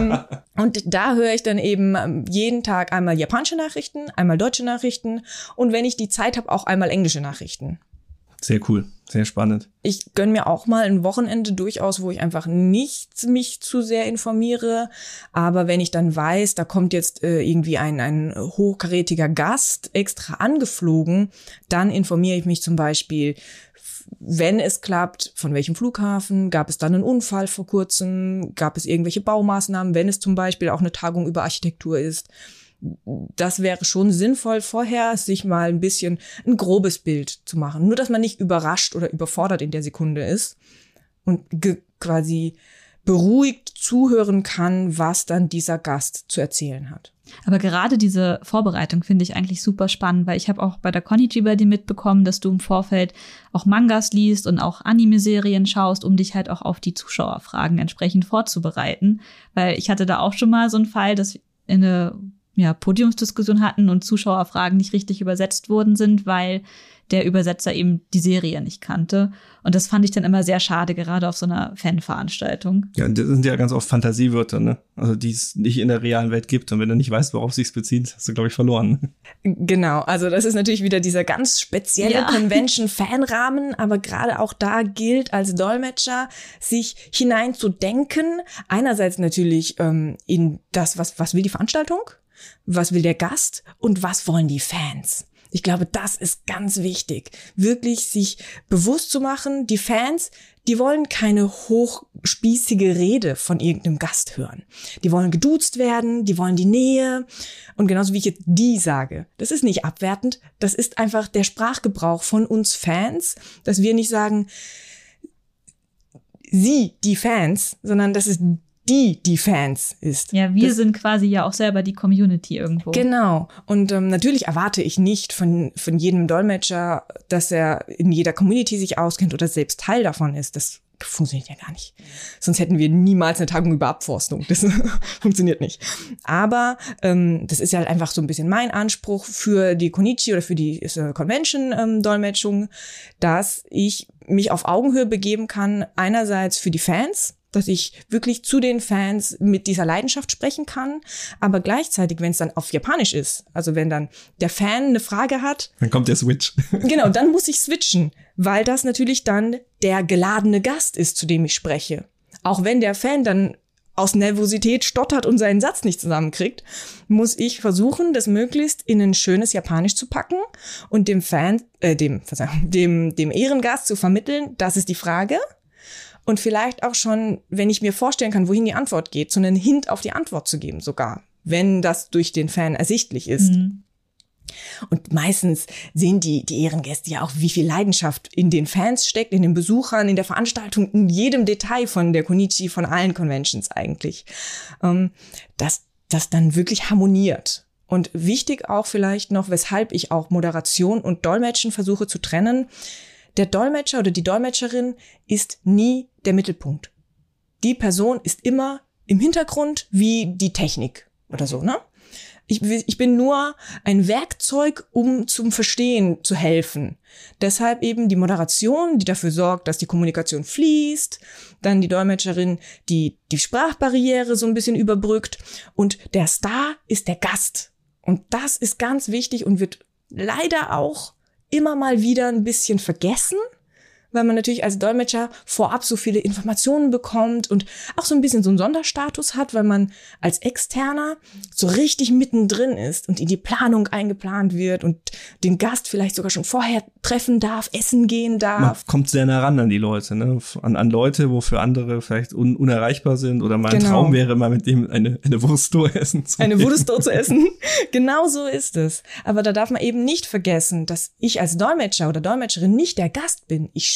Und da höre ich dann eben jeden Tag einmal japanische Nachrichten, einmal deutsche Nachrichten und wenn ich die Zeit habe, auch einmal englische Nachrichten. Sehr cool, sehr spannend. Ich gönne mir auch mal ein Wochenende durchaus, wo ich einfach nicht mich zu sehr informiere. Aber wenn ich dann weiß, da kommt jetzt irgendwie ein hochkarätiger Gast extra angeflogen, dann informiere ich mich zum Beispiel, wenn es klappt, von welchem Flughafen, gab es dann einen Unfall vor kurzem, gab es irgendwelche Baumaßnahmen, wenn es zum Beispiel auch eine Tagung über Architektur ist. Das wäre schon sinnvoll, vorher sich mal ein bisschen ein grobes Bild zu machen. Nur, dass man nicht überrascht oder überfordert in der Sekunde ist und quasi beruhigt zuhören kann, was dann dieser Gast zu erzählen hat. Aber gerade diese Vorbereitung finde ich eigentlich super spannend, weil ich habe auch bei der Konichi bei dir mitbekommen, dass du im Vorfeld auch Mangas liest und auch Anime-Serien schaust, um dich halt auch auf die Zuschauerfragen entsprechend vorzubereiten. Weil ich hatte da auch schon mal so einen Fall, dass in eine Podiumsdiskussion hatten und Zuschauerfragen nicht richtig übersetzt worden sind, weil der Übersetzer eben die Serie nicht kannte. Und das fand ich dann immer sehr schade, gerade auf so einer Fanveranstaltung. Ja, das sind ja ganz oft Fantasiewörter, ne? Also die es nicht in der realen Welt gibt. Und wenn du nicht weißt, worauf es sich bezieht, hast du, glaube ich, verloren. Genau, also das ist natürlich wieder dieser ganz spezielle Convention-Fanrahmen, aber gerade auch da gilt als Dolmetscher, sich hineinzudenken. Einerseits natürlich in das, was will die Veranstaltung? Was will der Gast und was wollen die Fans? Ich glaube, das ist ganz wichtig, wirklich sich bewusst zu machen, die Fans, die wollen keine hochspießige Rede von irgendeinem Gast hören. Die wollen geduzt werden, die wollen die Nähe und genauso wie ich jetzt die sage, das ist nicht abwertend, das ist einfach der Sprachgebrauch von uns Fans, dass wir nicht sagen, sie, die Fans, sondern das ist die Fans ist. Ja, wir sind quasi ja auch selber die Community irgendwo. Genau. Und natürlich erwarte ich nicht von jedem Dolmetscher, dass er in jeder Community sich auskennt oder selbst Teil davon ist. Das funktioniert ja gar nicht. Sonst hätten wir niemals eine Tagung über Abforstung. Das funktioniert nicht. Aber das ist ja halt einfach so ein bisschen mein Anspruch für die Konichi oder für die Convention-Dolmetschung, dass ich mich auf Augenhöhe begeben kann, einerseits für die Fans, dass ich wirklich zu den Fans mit dieser Leidenschaft sprechen kann, aber gleichzeitig, wenn es dann auf Japanisch ist, also wenn dann der Fan eine Frage hat, dann kommt der Switch. Genau, dann muss ich switchen, weil das natürlich dann der geladene Gast ist, zu dem ich spreche. Auch wenn der Fan dann aus Nervosität stottert und seinen Satz nicht zusammenkriegt, muss ich versuchen, das möglichst in ein schönes Japanisch zu packen und dem Ehrengast zu vermitteln, das ist die Frage. Und vielleicht auch schon, wenn ich mir vorstellen kann, wohin die Antwort geht, so einen Hint auf die Antwort zu geben sogar, wenn das durch den Fan ersichtlich ist. Mhm. Und meistens sehen die Ehrengäste ja auch, wie viel Leidenschaft in den Fans steckt, in den Besuchern, in der Veranstaltung, in jedem Detail von der Konichi, von allen Conventions eigentlich. Dass das dann wirklich harmoniert. Und wichtig auch vielleicht noch, weshalb ich auch Moderation und Dolmetschen versuche zu trennen, der Dolmetscher oder die Dolmetscherin ist nie der Mittelpunkt. Die Person ist immer im Hintergrund wie die Technik oder so, ne? Ich bin nur ein Werkzeug, um zum Verstehen zu helfen. Deshalb eben die Moderation, die dafür sorgt, dass die Kommunikation fließt, dann die Dolmetscherin, die Sprachbarriere so ein bisschen überbrückt und der Star ist der Gast. Und das ist ganz wichtig und wird leider auch immer mal wieder ein bisschen vergessen, weil man natürlich als Dolmetscher vorab so viele Informationen bekommt und auch so ein bisschen so einen Sonderstatus hat, weil man als Externer so richtig mittendrin ist und in die Planung eingeplant wird und den Gast vielleicht sogar schon vorher treffen darf, essen gehen darf. Man kommt sehr nah ran an die Leute, ne? An Leute, wo für andere vielleicht unerreichbar sind oder mein Traum wäre, mal mit dem eine Wursttour essen zu Eine Wursttour zu essen. Genau so ist es. Aber da darf man eben nicht vergessen, dass ich als Dolmetscher oder Dolmetscherin nicht der Gast bin. Ich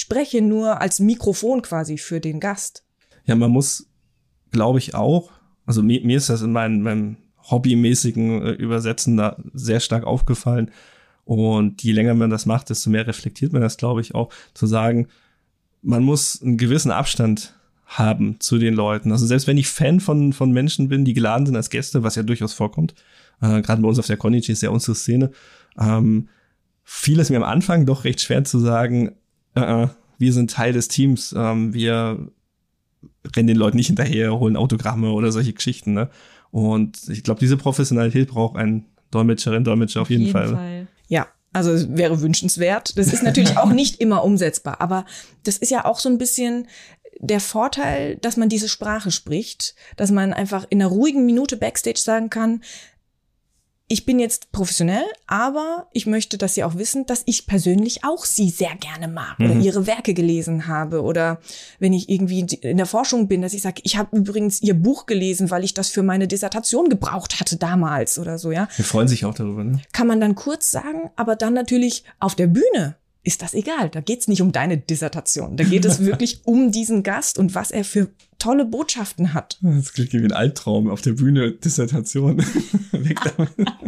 spreche nur als Mikrofon quasi für den Gast. Ja, man muss, glaube ich auch, also mir ist das in meinem hobbymäßigen Übersetzen da sehr stark aufgefallen. Und je länger man das macht, desto mehr reflektiert man das, glaube ich, auch, zu sagen, man muss einen gewissen Abstand haben zu den Leuten. Also selbst wenn ich Fan von Menschen bin, die geladen sind als Gäste, was ja durchaus vorkommt, gerade bei uns auf der Konichi ist ja unsere Szene, fiel es mir am Anfang doch recht schwer zu sagen, wir sind Teil des Teams, wir rennen den Leuten nicht hinterher, holen Autogramme oder solche Geschichten. Ne? Und ich glaube, diese Professionalität braucht ein Dolmetscher auf jeden Fall. Ja, also es wäre wünschenswert. Das ist natürlich auch nicht immer umsetzbar, aber das ist ja auch so ein bisschen der Vorteil, dass man diese Sprache spricht, dass man einfach in einer ruhigen Minute Backstage sagen kann, ich bin jetzt professionell, aber ich möchte, dass Sie auch wissen, dass ich persönlich auch Sie sehr gerne mag oder Ihre Werke gelesen habe. Oder wenn ich irgendwie in der Forschung bin, dass ich sage, ich habe übrigens Ihr Buch gelesen, weil ich das für meine Dissertation gebraucht hatte damals oder so, ja. Wir freuen sich auch darüber, ne? Kann man dann kurz sagen, aber dann natürlich auf der Bühne ist das egal. Da geht's nicht um deine Dissertation. Da geht es wirklich um diesen Gast und was er für tolle Botschaften hat. Das klingt wie ein Albtraum auf der Bühne, Dissertation. Weg damit.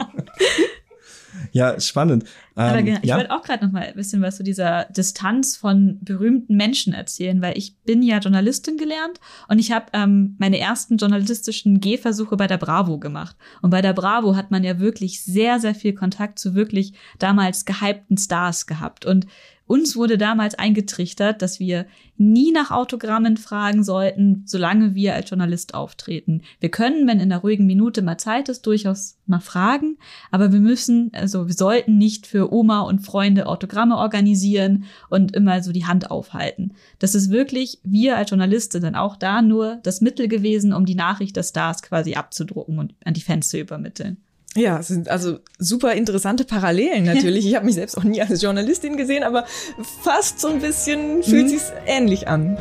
Ja, spannend. Aber ich wollte auch gerade noch mal ein bisschen was zu dieser Distanz von berühmten Menschen erzählen, weil ich bin ja Journalistin gelernt und ich habe meine ersten journalistischen Gehversuche bei der Bravo gemacht. Und bei der Bravo hat man ja wirklich sehr, sehr viel Kontakt zu wirklich damals gehypten Stars gehabt. Und uns wurde damals eingetrichtert, dass wir nie nach Autogrammen fragen sollten, solange wir als Journalist auftreten. Wir können, wenn in einer ruhigen Minute mal Zeit ist, durchaus mal fragen, aber wir sollten nicht für Oma und Freunde Autogramme organisieren und immer so die Hand aufhalten. Das ist wirklich, wir als Journalisten sind auch da nur das Mittel gewesen, um die Nachricht des Stars quasi abzudrucken und an die Fans zu übermitteln. Ja, es sind also super interessante Parallelen natürlich. Ich habe mich selbst auch nie als Journalistin gesehen, aber fast so ein bisschen fühlt sich's ähnlich an.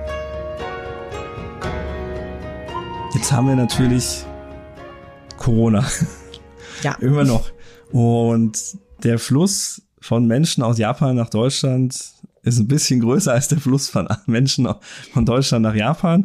Jetzt haben wir natürlich Corona. Ja. Immer noch. Und der Fluss von Menschen aus Japan nach Deutschland ist ein bisschen größer als der Fluss von Menschen von Deutschland nach Japan.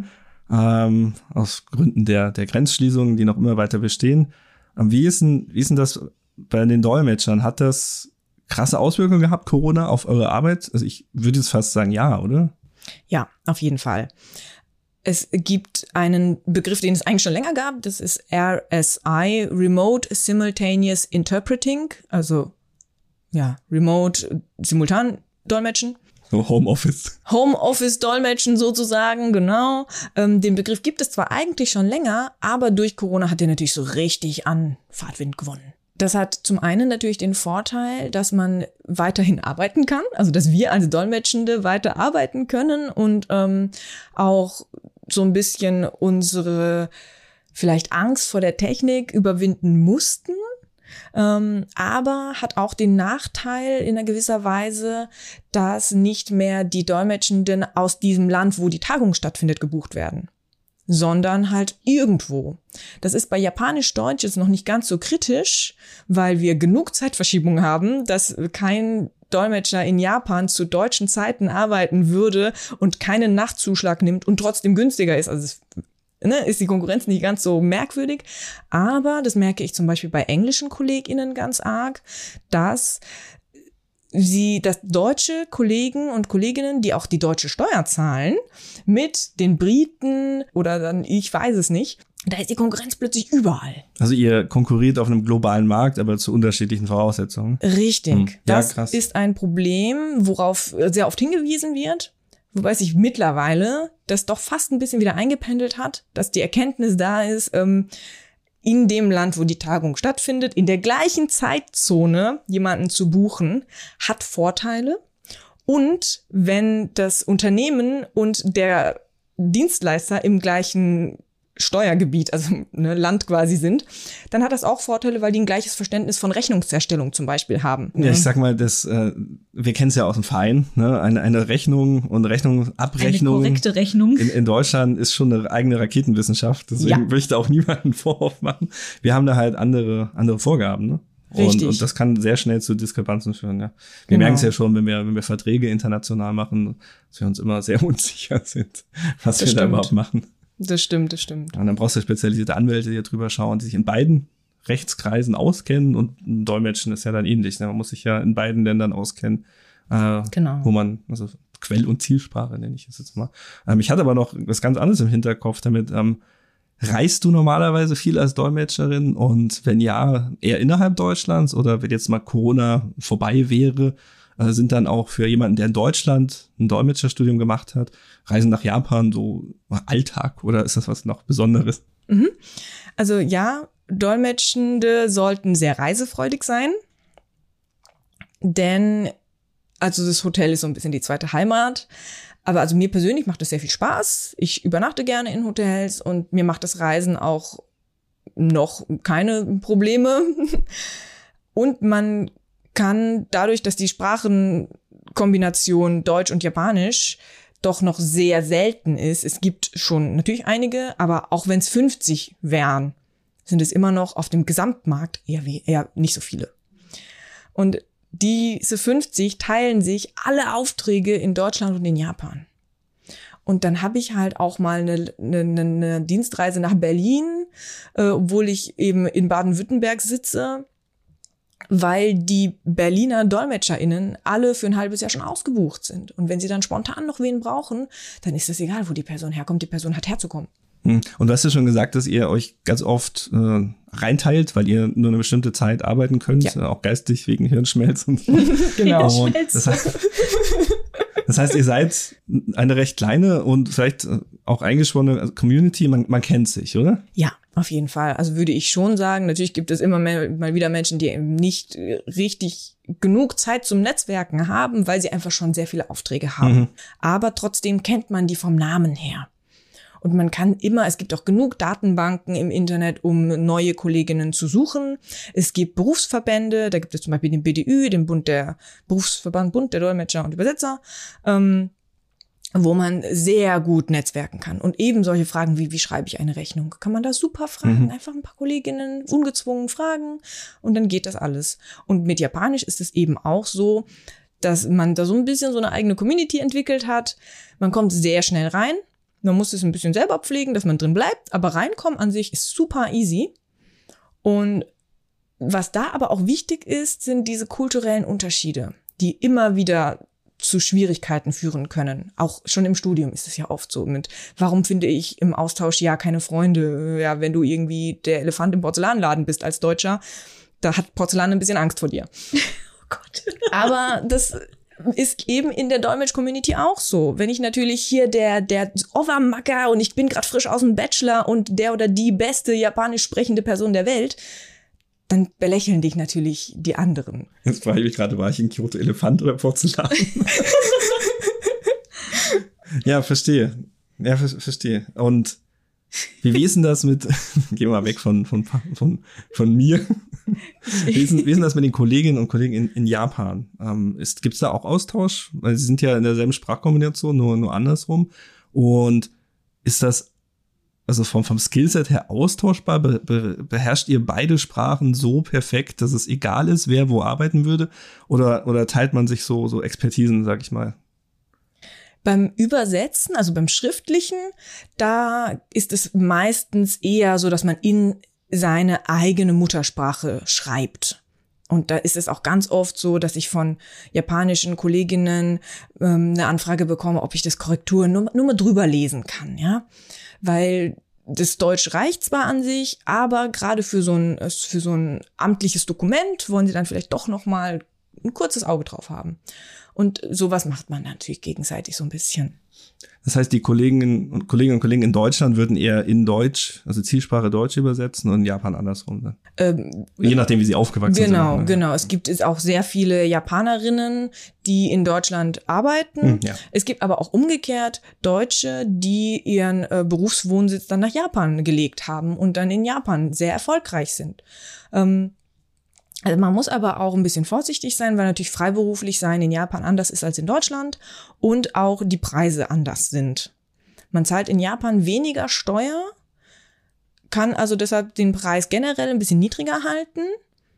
Aus Gründen der Grenzschließungen, die noch immer weiter bestehen. Wie ist denn das bei den Dolmetschern? Hat das krasse Auswirkungen gehabt, Corona, auf eure Arbeit? Also ich würde jetzt fast sagen, ja, oder? Ja, auf jeden Fall. Es gibt einen Begriff, den es eigentlich schon länger gab. Das ist RSI, Remote Simultaneous Interpreting. Also, ja, Remote Simultan Dolmetschen. So Homeoffice-Dolmetschen sozusagen, genau. Den Begriff gibt es zwar eigentlich schon länger, aber durch Corona hat der natürlich so richtig an Fahrtwind gewonnen. Das hat zum einen natürlich den Vorteil, dass man weiterhin arbeiten kann, also dass wir als Dolmetschende weiter arbeiten können und auch so ein bisschen unsere vielleicht Angst vor der Technik überwinden mussten. Aber hat auch den Nachteil in einer gewisser Weise, dass nicht mehr die Dolmetschenden aus diesem Land, wo die Tagung stattfindet, gebucht werden, sondern halt irgendwo. Das ist bei Japanisch-Deutsch jetzt noch nicht ganz so kritisch, weil wir genug Zeitverschiebung haben, dass kein Dolmetscher in Japan zu deutschen Zeiten arbeiten würde und keinen Nachtzuschlag nimmt und trotzdem günstiger ist. Also ist die Konkurrenz nicht ganz so merkwürdig. Aber das merke ich zum Beispiel bei englischen KollegInnen ganz arg, dass deutsche Kollegen und Kolleginnen, die auch die deutsche Steuer zahlen, mit den Briten oder dann, ich weiß es nicht, da ist die Konkurrenz plötzlich überall. Also ihr konkurriert auf einem globalen Markt, aber zu unterschiedlichen Voraussetzungen. Richtig. Ja, das ist ein Problem, worauf sehr oft hingewiesen wird. Wobei sich mittlerweile das doch fast ein bisschen wieder eingependelt hat, dass die Erkenntnis da ist, in dem Land, wo die Tagung stattfindet, in der gleichen Zeitzone jemanden zu buchen, hat Vorteile. Und wenn das Unternehmen und der Dienstleister im gleichen Steuergebiet, also Land quasi sind, dann hat das auch Vorteile, weil die ein gleiches Verständnis von Rechnungserstellung zum Beispiel haben. Ja, ich sag mal, wir kennen es ja aus dem Verein, ne? Eine Rechnung und Abrechnung. Eine korrekte Rechnung. In Deutschland ist schon eine eigene Raketenwissenschaft, deswegen will ich da auch niemanden Vorwurf machen. Wir haben da halt andere Vorgaben, ne? Und das kann sehr schnell zu Diskrepanzen führen. Ja. Wir merken es ja schon, wenn wir Verträge international machen, dass wir uns immer sehr unsicher sind, was wir da überhaupt machen. Das stimmt. Und dann brauchst du spezialisierte Anwälte, die drüber schauen, die sich in beiden Rechtskreisen auskennen, und Dolmetschen ist ja dann ähnlich. Ne? Man muss sich ja in beiden Ländern auskennen, wo man, also Quell- und Zielsprache nenne ich es jetzt mal. Ich hatte aber noch was ganz anderes im Hinterkopf damit. Reist du normalerweise viel als Dolmetscherin, und wenn ja, eher innerhalb Deutschlands, oder wenn jetzt mal Corona vorbei wäre, sind dann auch für jemanden, der in Deutschland ein Dolmetscherstudium gemacht hat, Reisen nach Japan so Alltag, oder ist das was noch Besonderes? Also ja, Dolmetschende sollten sehr reisefreudig sein, denn also das Hotel ist so ein bisschen die zweite Heimat. Aber also mir persönlich macht das sehr viel Spaß. Ich übernachte gerne in Hotels und mir macht das Reisen auch noch keine Probleme. Und man kann dadurch, dass die Sprachenkombination Deutsch und Japanisch doch noch sehr selten ist, es gibt schon natürlich einige, aber auch wenn es 50 wären, sind es immer noch auf dem Gesamtmarkt eher nicht so viele. Und diese 50 teilen sich alle Aufträge in Deutschland und in Japan. Und dann habe ich halt auch mal eine Dienstreise nach Berlin, obwohl ich eben in Baden-Württemberg sitze, weil die Berliner DolmetscherInnen alle für ein halbes Jahr schon ausgebucht sind. Und wenn sie dann spontan noch wen brauchen, dann ist es egal, wo die Person herkommt. Die Person hat herzukommen. Und du hast ja schon gesagt, dass ihr euch ganz oft reinteilt, weil ihr nur eine bestimmte Zeit arbeiten könnt, auch geistig wegen Hirnschmelz. Und Genau. Und das heißt, ihr seid eine recht kleine und vielleicht auch eingeschworene Community. Man kennt sich, oder? Ja, auf jeden Fall. Also würde ich schon sagen, natürlich gibt es immer mal wieder Menschen, die eben nicht richtig genug Zeit zum Netzwerken haben, weil sie einfach schon sehr viele Aufträge haben. Aber trotzdem kennt man die vom Namen her. Und man kann immer, es gibt auch genug Datenbanken im Internet, um neue Kolleginnen zu suchen. Es gibt Berufsverbände, da gibt es zum Beispiel den BDÜ, den Bund der Dolmetscher und Übersetzer, wo man sehr gut netzwerken kann. Und eben solche Fragen wie schreibe ich eine Rechnung, kann man da super fragen. Einfach ein paar Kolleginnen ungezwungen fragen und dann geht das alles. Und mit Japanisch ist es eben auch so, dass man da so ein bisschen so eine eigene Community entwickelt hat. Man kommt sehr schnell rein. Man muss es ein bisschen selber pflegen, dass man drin bleibt, aber reinkommen an sich ist super easy. Und was da aber auch wichtig ist, sind diese kulturellen Unterschiede, die immer wieder zu Schwierigkeiten führen können. Auch schon im Studium ist es ja oft so mit, warum finde ich im Austausch ja keine Freunde? Ja, wenn du irgendwie der Elefant im Porzellanladen bist als Deutscher, da hat Porzellan ein bisschen Angst vor dir. Oh Gott. Aber das ist eben in der Dolmetsch-Community auch so. Wenn ich natürlich hier der Overmacker und ich bin gerade frisch aus dem Bachelor und der oder die beste japanisch sprechende Person der Welt, dann belächeln dich natürlich die anderen. Jetzt frage ich mich gerade, war ich in Kyoto Elefant oder Porzellan? Ja, verstehe. Ja, verstehe. Und wie ist denn das mit, gehen wir mal weg von mir. Wie ist denn das mit den Kolleginnen und Kollegen in Japan? Gibt's da auch Austausch? Weil sie sind ja in derselben Sprachkombination, nur andersrum. Und ist das also vom Skillset her austauschbar? Beherrscht ihr beide Sprachen so perfekt, dass es egal ist, wer wo arbeiten würde? Oder teilt man sich so Expertisen, sag ich mal? Beim Übersetzen, also beim Schriftlichen, da ist es meistens eher so, dass man in seine eigene Muttersprache schreibt. Und da ist es auch ganz oft so, dass ich von japanischen Kolleginnen eine Anfrage bekomme, ob ich das Korrektur nur mal drüber lesen kann, ja. Weil das Deutsch reicht zwar an sich, aber gerade für so ein amtliches Dokument wollen sie dann vielleicht doch noch mal ein kurzes Auge drauf haben. Und sowas macht man natürlich gegenseitig so ein bisschen. Das heißt, die Kolleginnen und Kollegen in Deutschland würden eher in Deutsch, also Zielsprache Deutsch übersetzen und in Japan andersrum. Je nachdem, wie sie aufgewachsen sind. Genau. Es gibt auch sehr viele Japanerinnen, die in Deutschland arbeiten. Ja. Es gibt aber auch umgekehrt Deutsche, die ihren Berufswohnsitz dann nach Japan gelegt haben und dann in Japan sehr erfolgreich sind. Also man muss aber auch ein bisschen vorsichtig sein, weil natürlich freiberuflich sein in Japan anders ist als in Deutschland und auch die Preise anders sind. Man zahlt in Japan weniger Steuer, kann also deshalb den Preis generell ein bisschen niedriger halten,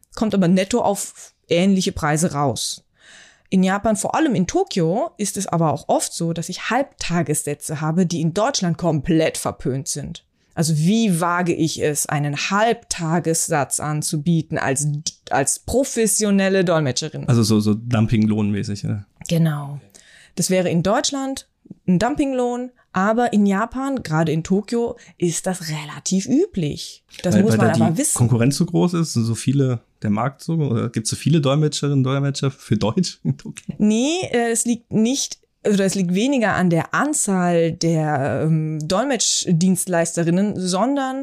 kommt aber netto auf ähnliche Preise raus. In Japan, vor allem in Tokio, ist es aber auch oft so, dass ich Halbtagessätze habe, die in Deutschland komplett verpönt sind. Also wie wage ich es, einen Halbtagessatz anzubieten als professionelle Dolmetscherin? Also so Dumpinglohnmäßig, ja. Genau. Das wäre in Deutschland ein Dumpinglohn, aber in Japan, gerade in Tokio, ist das relativ üblich. Das muss man aber wissen. Konkurrenz so groß ist, so viele, der Markt so, oder gibt es so viele Dolmetscherinnen und Dolmetscher für Deutsch in Tokio? Nee, es liegt weniger an der Anzahl der Dolmetschdienstleisterinnen, sondern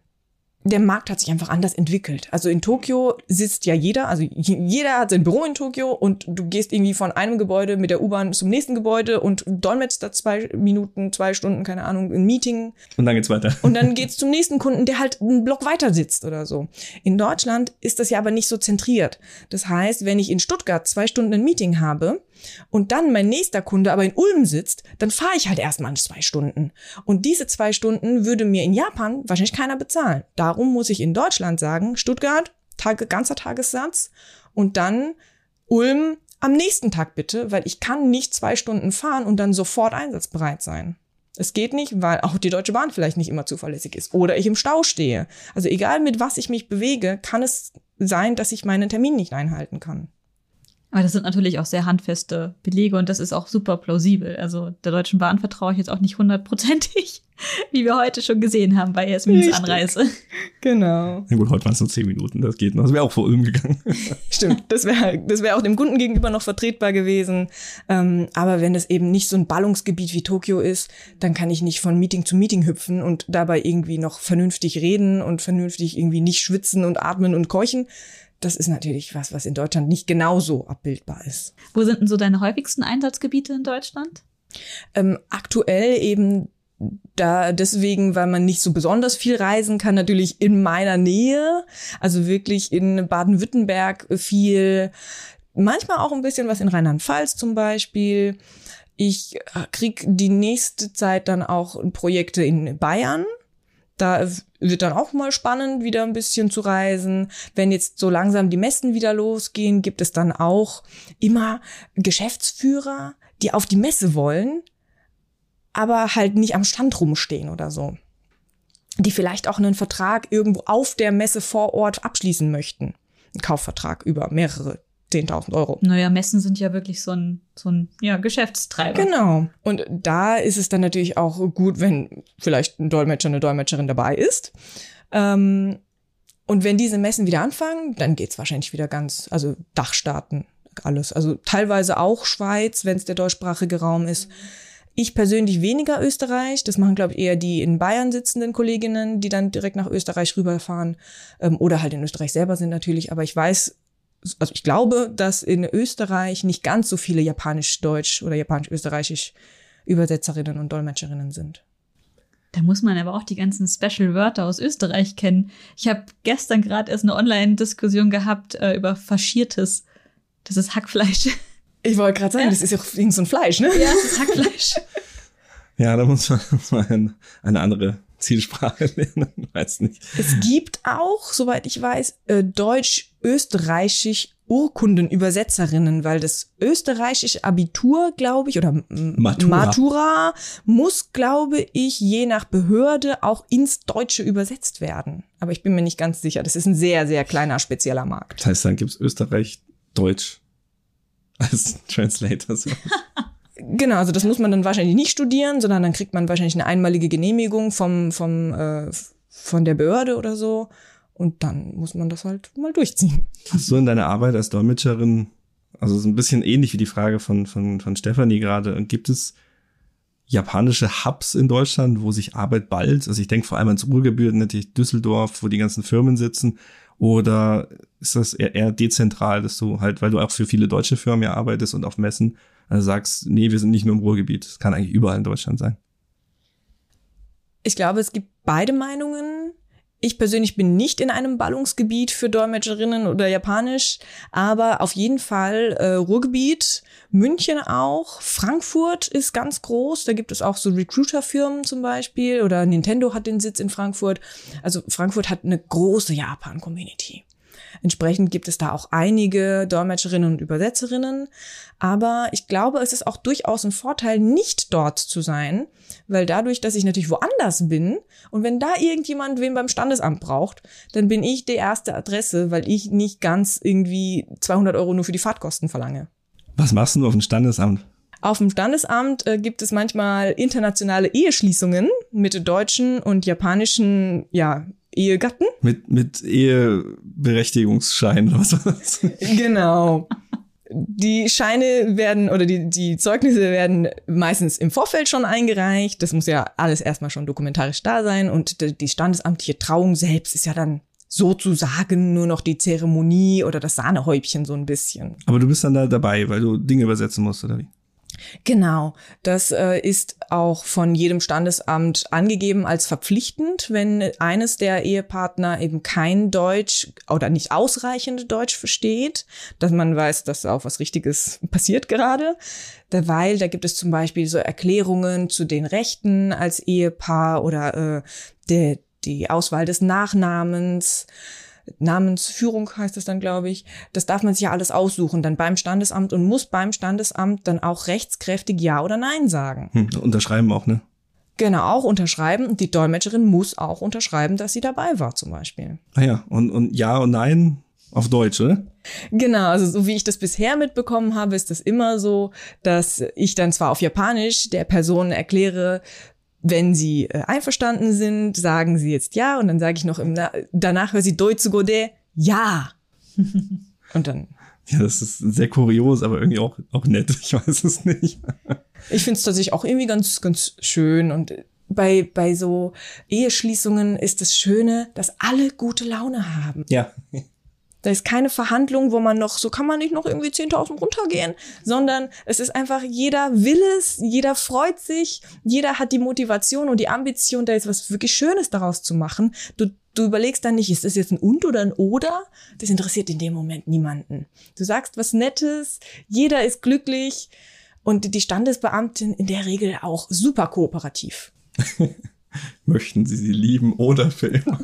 der Markt hat sich einfach anders entwickelt. Also in Tokio sitzt ja jeder hat sein Büro in Tokio und du gehst irgendwie von einem Gebäude mit der U-Bahn zum nächsten Gebäude und dolmetschst da 2 Minuten, 2 Stunden, keine Ahnung, ein Meeting. Und dann geht's weiter. Und dann geht's zum nächsten Kunden, der halt einen Block weiter sitzt oder so. In Deutschland ist das ja aber nicht so zentriert. Das heißt, wenn ich in Stuttgart 2 Stunden ein Meeting habe und dann mein nächster Kunde aber in Ulm sitzt, dann fahre ich halt erstmal 2 Stunden. Und diese 2 Stunden würde mir in Japan wahrscheinlich keiner bezahlen. Darum muss ich in Deutschland sagen, Stuttgart, ganzer Tagessatz und dann Ulm am nächsten Tag bitte, weil ich kann nicht 2 Stunden fahren und dann sofort einsatzbereit sein. Es geht nicht, weil auch die Deutsche Bahn vielleicht nicht immer zuverlässig ist oder ich im Stau stehe. Also egal mit was ich mich bewege, kann es sein, dass ich meinen Termin nicht einhalten kann. Aber das sind natürlich auch sehr handfeste Belege und das ist auch super plausibel. Also der Deutschen Bahn vertraue ich jetzt auch nicht 100%ig, wie wir heute schon gesehen haben bei Jasmins Anreise. Genau. Na gut, heute waren es nur 10 Minuten, das geht noch. Das wäre auch vor Ulm gegangen. Stimmt, das wär auch dem Kunden gegenüber noch vertretbar gewesen. Aber wenn es eben nicht so ein Ballungsgebiet wie Tokio ist, dann kann ich nicht von Meeting zu Meeting hüpfen und dabei irgendwie noch vernünftig reden und vernünftig irgendwie nicht schwitzen und atmen und keuchen. Das ist natürlich was in Deutschland nicht genauso abbildbar ist. Wo sind denn so deine häufigsten Einsatzgebiete in Deutschland? Aktuell eben deswegen, weil man nicht so besonders viel reisen kann, natürlich in meiner Nähe, also wirklich in Baden-Württemberg viel, manchmal auch ein bisschen was in Rheinland-Pfalz zum Beispiel. Ich krieg die nächste Zeit dann auch Projekte in Bayern. Da wird dann auch mal spannend, wieder ein bisschen zu reisen. Wenn jetzt so langsam die Messen wieder losgehen, gibt es dann auch immer Geschäftsführer, die auf die Messe wollen, aber halt nicht am Stand rumstehen oder so. Die vielleicht auch einen Vertrag irgendwo auf der Messe vor Ort abschließen möchten. Ein Kaufvertrag über mehrere 10.000 Euro. Naja, Messen sind ja wirklich so ein Geschäftstreiber. Genau. Und da ist es dann natürlich auch gut, wenn vielleicht ein Dolmetscher, eine Dolmetscherin dabei ist. Und wenn diese Messen wieder anfangen, dann geht's wahrscheinlich wieder also Dachstaaten, alles. Also teilweise auch Schweiz, wenn es der deutschsprachige Raum ist. Ich persönlich weniger Österreich. Das machen, glaube ich, eher die in Bayern sitzenden Kolleginnen, die dann direkt nach Österreich rüberfahren. Oder halt in Österreich selber sind natürlich. Aber ich glaube, dass in Österreich nicht ganz so viele Japanisch-Deutsch oder Japanisch-Österreichisch Übersetzerinnen und Dolmetscherinnen sind. Da muss man aber auch die ganzen Special-Wörter aus Österreich kennen. Ich habe gestern gerade erst eine Online-Diskussion gehabt über Faschiertes. Das ist Hackfleisch. Ich wollte gerade sagen, Das ist ja irgend so ein Fleisch, ne? Ja, das ist Hackfleisch. Ja, da muss man eine andere Zielsprache lernen, weiß nicht. Es gibt auch, soweit ich weiß, deutsch-österreichisch Urkundenübersetzerinnen, weil das österreichische Abitur, glaube ich, oder Matura muss, glaube ich, je nach Behörde auch ins Deutsche übersetzt werden. Aber ich bin mir nicht ganz sicher. Das ist ein sehr, sehr kleiner, spezieller Markt. Das heißt, dann gibt's Österreich-Deutsch als Translator. So. Genau, also das muss man dann wahrscheinlich nicht studieren, sondern dann kriegt man wahrscheinlich eine einmalige Genehmigung von der Behörde oder so. Und dann muss man das halt mal durchziehen. Hast du in deiner Arbeit als Dolmetscherin, also so ein bisschen ähnlich wie die Frage von Stefanie gerade, gibt es japanische Hubs in Deutschland, wo sich Arbeit ballt? Also ich denke vor allem ans Ruhrgebiet, natürlich Düsseldorf, wo die ganzen Firmen sitzen. Oder ist das eher dezentral, dass du halt, weil du auch für viele deutsche Firmen ja arbeitest und auf Messen, also sagst, nee, wir sind nicht nur im Ruhrgebiet. Es kann eigentlich überall in Deutschland sein. Ich glaube, es gibt beide Meinungen. Ich persönlich bin nicht in einem Ballungsgebiet für Dolmetscherinnen oder Japanisch, aber auf jeden Fall Ruhrgebiet, München auch, Frankfurt ist ganz groß, da gibt es auch so Recruiter-Firmen zum Beispiel oder Nintendo hat den Sitz in Frankfurt. Also Frankfurt hat eine große Japan-Community. Entsprechend gibt es da auch einige Dolmetscherinnen und Übersetzerinnen. Aber ich glaube, es ist auch durchaus ein Vorteil, nicht dort zu sein, weil dadurch, dass ich natürlich woanders bin und wenn da irgendjemand wen beim Standesamt braucht, dann bin ich die erste Adresse, weil ich nicht ganz irgendwie 200 € nur für die Fahrtkosten verlange. Was machst du auf dem Standesamt? Auf dem Standesamt gibt es manchmal internationale Eheschließungen mit deutschen und japanischen, Ehegatten. Mit Eheberechtigungsschein oder was war das? Genau. Die Scheine werden oder die Zeugnisse werden meistens im Vorfeld schon eingereicht. Das muss ja alles erstmal schon dokumentarisch da sein. Und die standesamtliche Trauung selbst ist ja dann sozusagen nur noch die Zeremonie oder das Sahnehäubchen so ein bisschen. Aber du bist dann da dabei, weil du Dinge übersetzen musst, oder wie? Genau, das ist auch von jedem Standesamt angegeben als verpflichtend, wenn eines der Ehepartner eben kein Deutsch oder nicht ausreichend Deutsch versteht, dass man weiß, dass auch was Richtiges passiert gerade, weil da gibt es zum Beispiel so Erklärungen zu den Rechten als Ehepaar oder die Auswahl des Nachnamens. Namensführung heißt das dann, glaube ich. Das darf man sich ja alles aussuchen, dann beim Standesamt und muss beim Standesamt dann auch rechtskräftig Ja oder Nein sagen. Unterschreiben auch, ne? Genau, auch unterschreiben. Und die Dolmetscherin muss auch unterschreiben, dass sie dabei war zum Beispiel. Ah ja, und Ja und Nein auf Deutsch, oder? Genau, also so wie ich das bisher mitbekommen habe, ist das immer so, dass ich dann zwar auf Japanisch der Person erkläre, wenn sie einverstanden sind, sagen sie jetzt ja und dann sage ich noch danach höre sie Doitsugo de ja. Und dann. Ja, das ist sehr kurios, aber irgendwie auch nett. Ich weiß es nicht. Ich finde es tatsächlich auch irgendwie ganz, ganz schön. Und bei so Eheschließungen ist das Schöne, dass alle gute Laune haben. Ja. Da ist keine Verhandlung, wo man noch, so kann man nicht noch irgendwie 10.000 runtergehen, sondern es ist einfach, jeder will es, jeder freut sich, jeder hat die Motivation und die Ambition, da jetzt was wirklich Schönes daraus zu machen. Du überlegst dann nicht, ist das jetzt ein Und oder ein Oder? Das interessiert in dem Moment niemanden. Du sagst was Nettes, jeder ist glücklich und die Standesbeamtin in der Regel auch super kooperativ. Möchten Sie sie lieben oder für immer?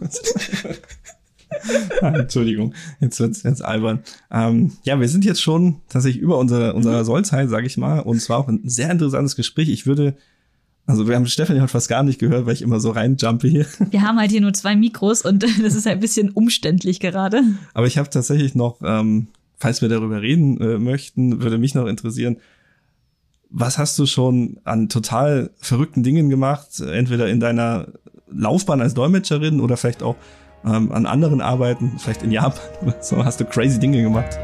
Entschuldigung, jetzt wird's jetzt albern. Ja, wir sind jetzt schon tatsächlich über unserer Sollzeit, sage ich mal. Und zwar auch ein sehr interessantes Gespräch. Wir haben Stefanie heute fast gar nicht gehört, weil ich immer so reinjumpe hier. Wir haben halt hier nur 2 Mikros und das ist ein bisschen umständlich gerade. Aber ich habe tatsächlich noch, falls wir darüber reden möchten, würde mich noch interessieren, was hast du schon an total verrückten Dingen gemacht? Entweder in deiner Laufbahn als Dolmetscherin oder vielleicht auch an anderen Arbeiten, vielleicht in Japan oder so, hast du crazy Dinge gemacht?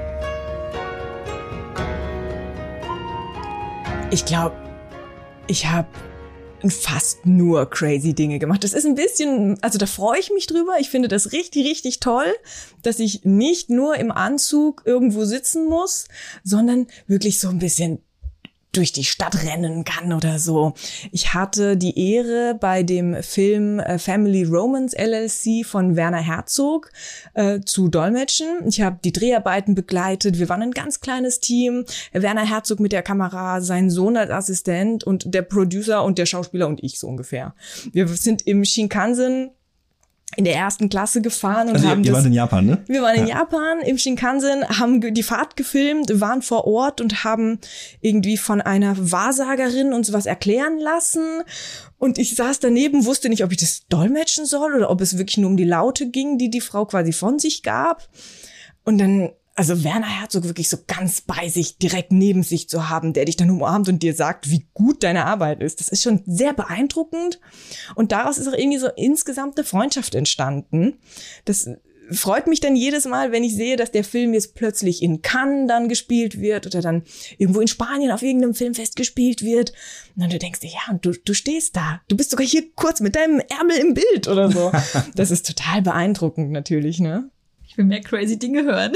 Ich glaube, ich habe fast nur crazy Dinge gemacht. Das ist ein bisschen, also da freue ich mich drüber. Ich finde das richtig, richtig toll, dass ich nicht nur im Anzug irgendwo sitzen muss, sondern wirklich so ein bisschen durch die Stadt rennen kann oder so. Ich hatte die Ehre, bei dem Film Family Romance LLC von Werner Herzog zu dolmetschen. Ich habe die Dreharbeiten begleitet. Wir waren ein ganz kleines Team. Werner Herzog mit der Kamera, sein Sohn als Assistent und der Producer und der Schauspieler und ich so ungefähr. Wir sind im Shinkansen in der 1. Klasse gefahren und also haben ihr wart in Japan, ne? Wir waren in Japan im Shinkansen, haben die Fahrt gefilmt, waren vor Ort und haben irgendwie von einer Wahrsagerin uns was erklären lassen. Und ich saß daneben, wusste nicht, ob ich das dolmetschen soll oder ob es wirklich nur um die Laute ging, die Frau quasi von sich gab. Und dann, also Werner Herzog wirklich so ganz bei sich, direkt neben sich zu haben, der dich dann umarmt und dir sagt, wie gut deine Arbeit ist. Das ist schon sehr beeindruckend. Und daraus ist auch irgendwie so insgesamt eine Freundschaft entstanden. Das freut mich dann jedes Mal, wenn ich sehe, dass der Film jetzt plötzlich in Cannes dann gespielt wird oder dann irgendwo in Spanien auf irgendeinem Filmfest gespielt wird. Und dann du denkst dir, ja, und du stehst da. Du bist sogar hier kurz mit deinem Ärmel im Bild oder so. Das ist total beeindruckend natürlich, ne? Ich will mehr crazy Dinge hören.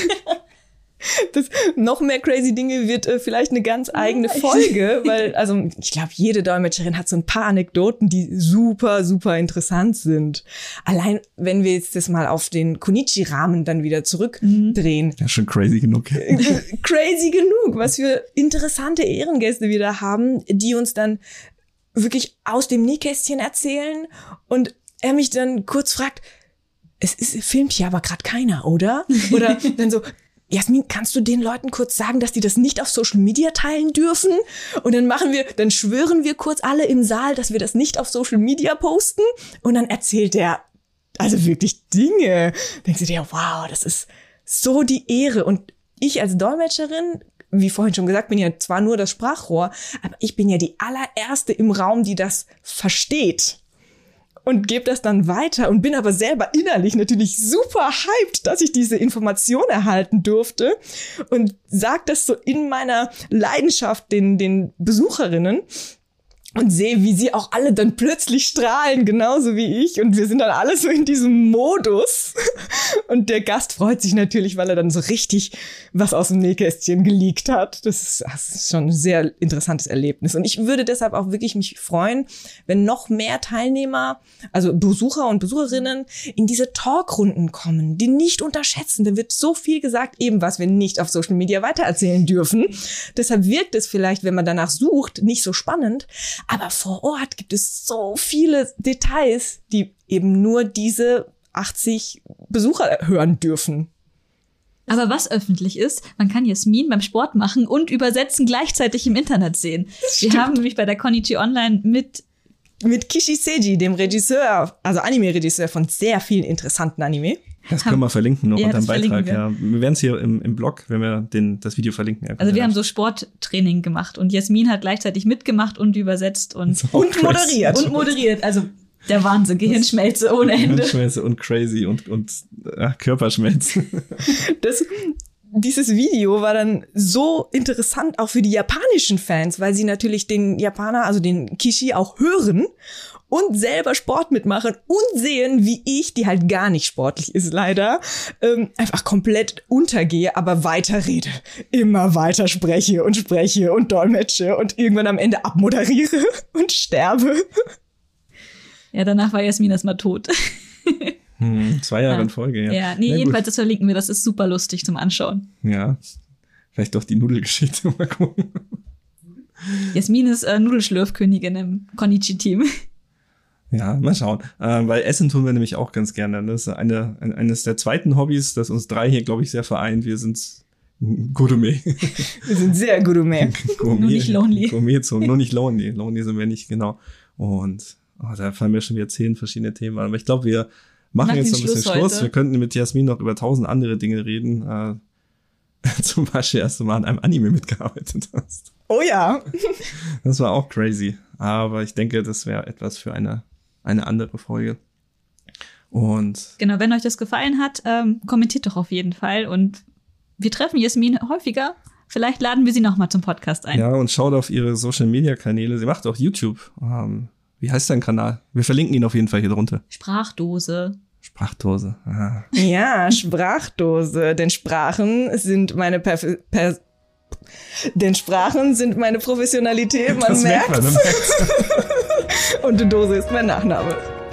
Noch mehr crazy Dinge wird vielleicht eine ganz eigene Folge, weil, also ich glaube, jede Dolmetscherin hat so ein paar Anekdoten, die super, super interessant sind. Allein, wenn wir jetzt das mal auf den Konichi-Rahmen dann wieder zurückdrehen. Ja, schon crazy genug. Crazy genug, was für interessante Ehrengäste wir da haben, die uns dann wirklich aus dem Nähkästchen erzählen und er mich dann kurz fragt, filmt hier aber gerade keiner, oder? Oder dann so, Jasmin, kannst du den Leuten kurz sagen, dass die das nicht auf Social Media teilen dürfen? Und dann schwören wir kurz alle im Saal, dass wir das nicht auf Social Media posten. Und dann erzählt er also wirklich Dinge. Denkst du dir, wow, das ist so die Ehre. Und ich als Dolmetscherin, wie vorhin schon gesagt, bin ja zwar nur das Sprachrohr, aber ich bin ja die allererste im Raum, die das versteht. Und gebe das dann weiter und bin aber selber innerlich natürlich super hyped, dass ich diese Information erhalten durfte und sag das so in meiner Leidenschaft den Besucherinnen und sehe, wie sie auch alle dann plötzlich strahlen, genauso wie ich. Und wir sind dann alle so in diesem Modus. Und der Gast freut sich natürlich, weil er dann so richtig was aus dem Nähkästchen geleakt hat. Das ist schon ein sehr interessantes Erlebnis. Und ich würde deshalb auch wirklich mich freuen, wenn noch mehr Teilnehmer, also Besucher und Besucherinnen, in diese Talkrunden kommen, die nicht unterschätzen. Da wird so viel gesagt, eben was wir nicht auf Social Media weitererzählen dürfen. Deshalb wirkt es vielleicht, wenn man danach sucht, nicht so spannend. Aber vor Ort gibt es so viele Details, die eben nur diese 80 Besucher hören dürfen. Aber was öffentlich ist, man kann Jasmin beim Sport machen und übersetzen gleichzeitig im Internet sehen. Wir haben nämlich bei der Konichi Online mit Kishi Seiji, dem Regisseur, also Anime-Regisseur von sehr vielen interessanten Anime. Das können wir verlinken noch unter dem Beitrag. Ja. Wir werden es hier im Blog, wenn wir das Video verlinken. Also wir haben so Sporttraining gemacht und Jasmin hat gleichzeitig mitgemacht und übersetzt und moderiert. Und moderiert, also der Wahnsinn, Gehirnschmelze ohne Ende. Gehirnschmelze und crazy und Körperschmelze. Dieses Video war dann so interessant auch für die japanischen Fans, weil sie natürlich den Japaner, also den Kishi, auch hören und selber Sport mitmachen und sehen, wie ich, die halt gar nicht sportlich ist leider, einfach komplett untergehe, aber weiterrede. Immer weiter spreche und dolmetsche und irgendwann am Ende abmoderiere und sterbe. Ja, danach war Jasmin erstmal tot. 2 Jahre in Folge, ja. Ja, jedenfalls, das verlinken wir, das ist super lustig zum Anschauen. Ja, vielleicht doch die Nudelgeschichte, mal gucken. Jasmin ist Nudelschlürfkönigin im Konichi-Team. Ja, mal schauen. Weil Essen tun wir nämlich auch ganz gerne. Das ist eines der zweiten Hobbys, das uns 3 hier, glaube ich, sehr vereint. Wir sind Gourmet. Wir sind sehr Gourmet. Nur nicht lonely. Gourmet, nur nicht lonely. Lonely sind wir nicht, genau. Und da fallen mir schon wieder 10 verschiedene Themen an. Aber ich glaube, wir machen jetzt noch ein bisschen Schluss. Heute. Wir könnten mit Jasmin noch über 1000 andere Dinge reden. Zum Beispiel, als du mal an einem Anime mitgearbeitet hast. Oh ja. Das war auch crazy. Aber ich denke, das wäre etwas für eine andere Folge. Und genau, wenn euch das gefallen hat, kommentiert doch auf jeden Fall. Und wir treffen Jasmin häufiger. Vielleicht laden wir sie noch mal zum Podcast ein. Ja, und schaut auf ihre Social-Media-Kanäle. Sie macht auch YouTube. Wie heißt dein Kanal? Wir verlinken ihn auf jeden Fall hier drunter. Sprachdose. Aha. Ja, Sprachdose. Denn Sprachen sind meine Professionalität, man merkt's. Und die Dose ist mein Nachname.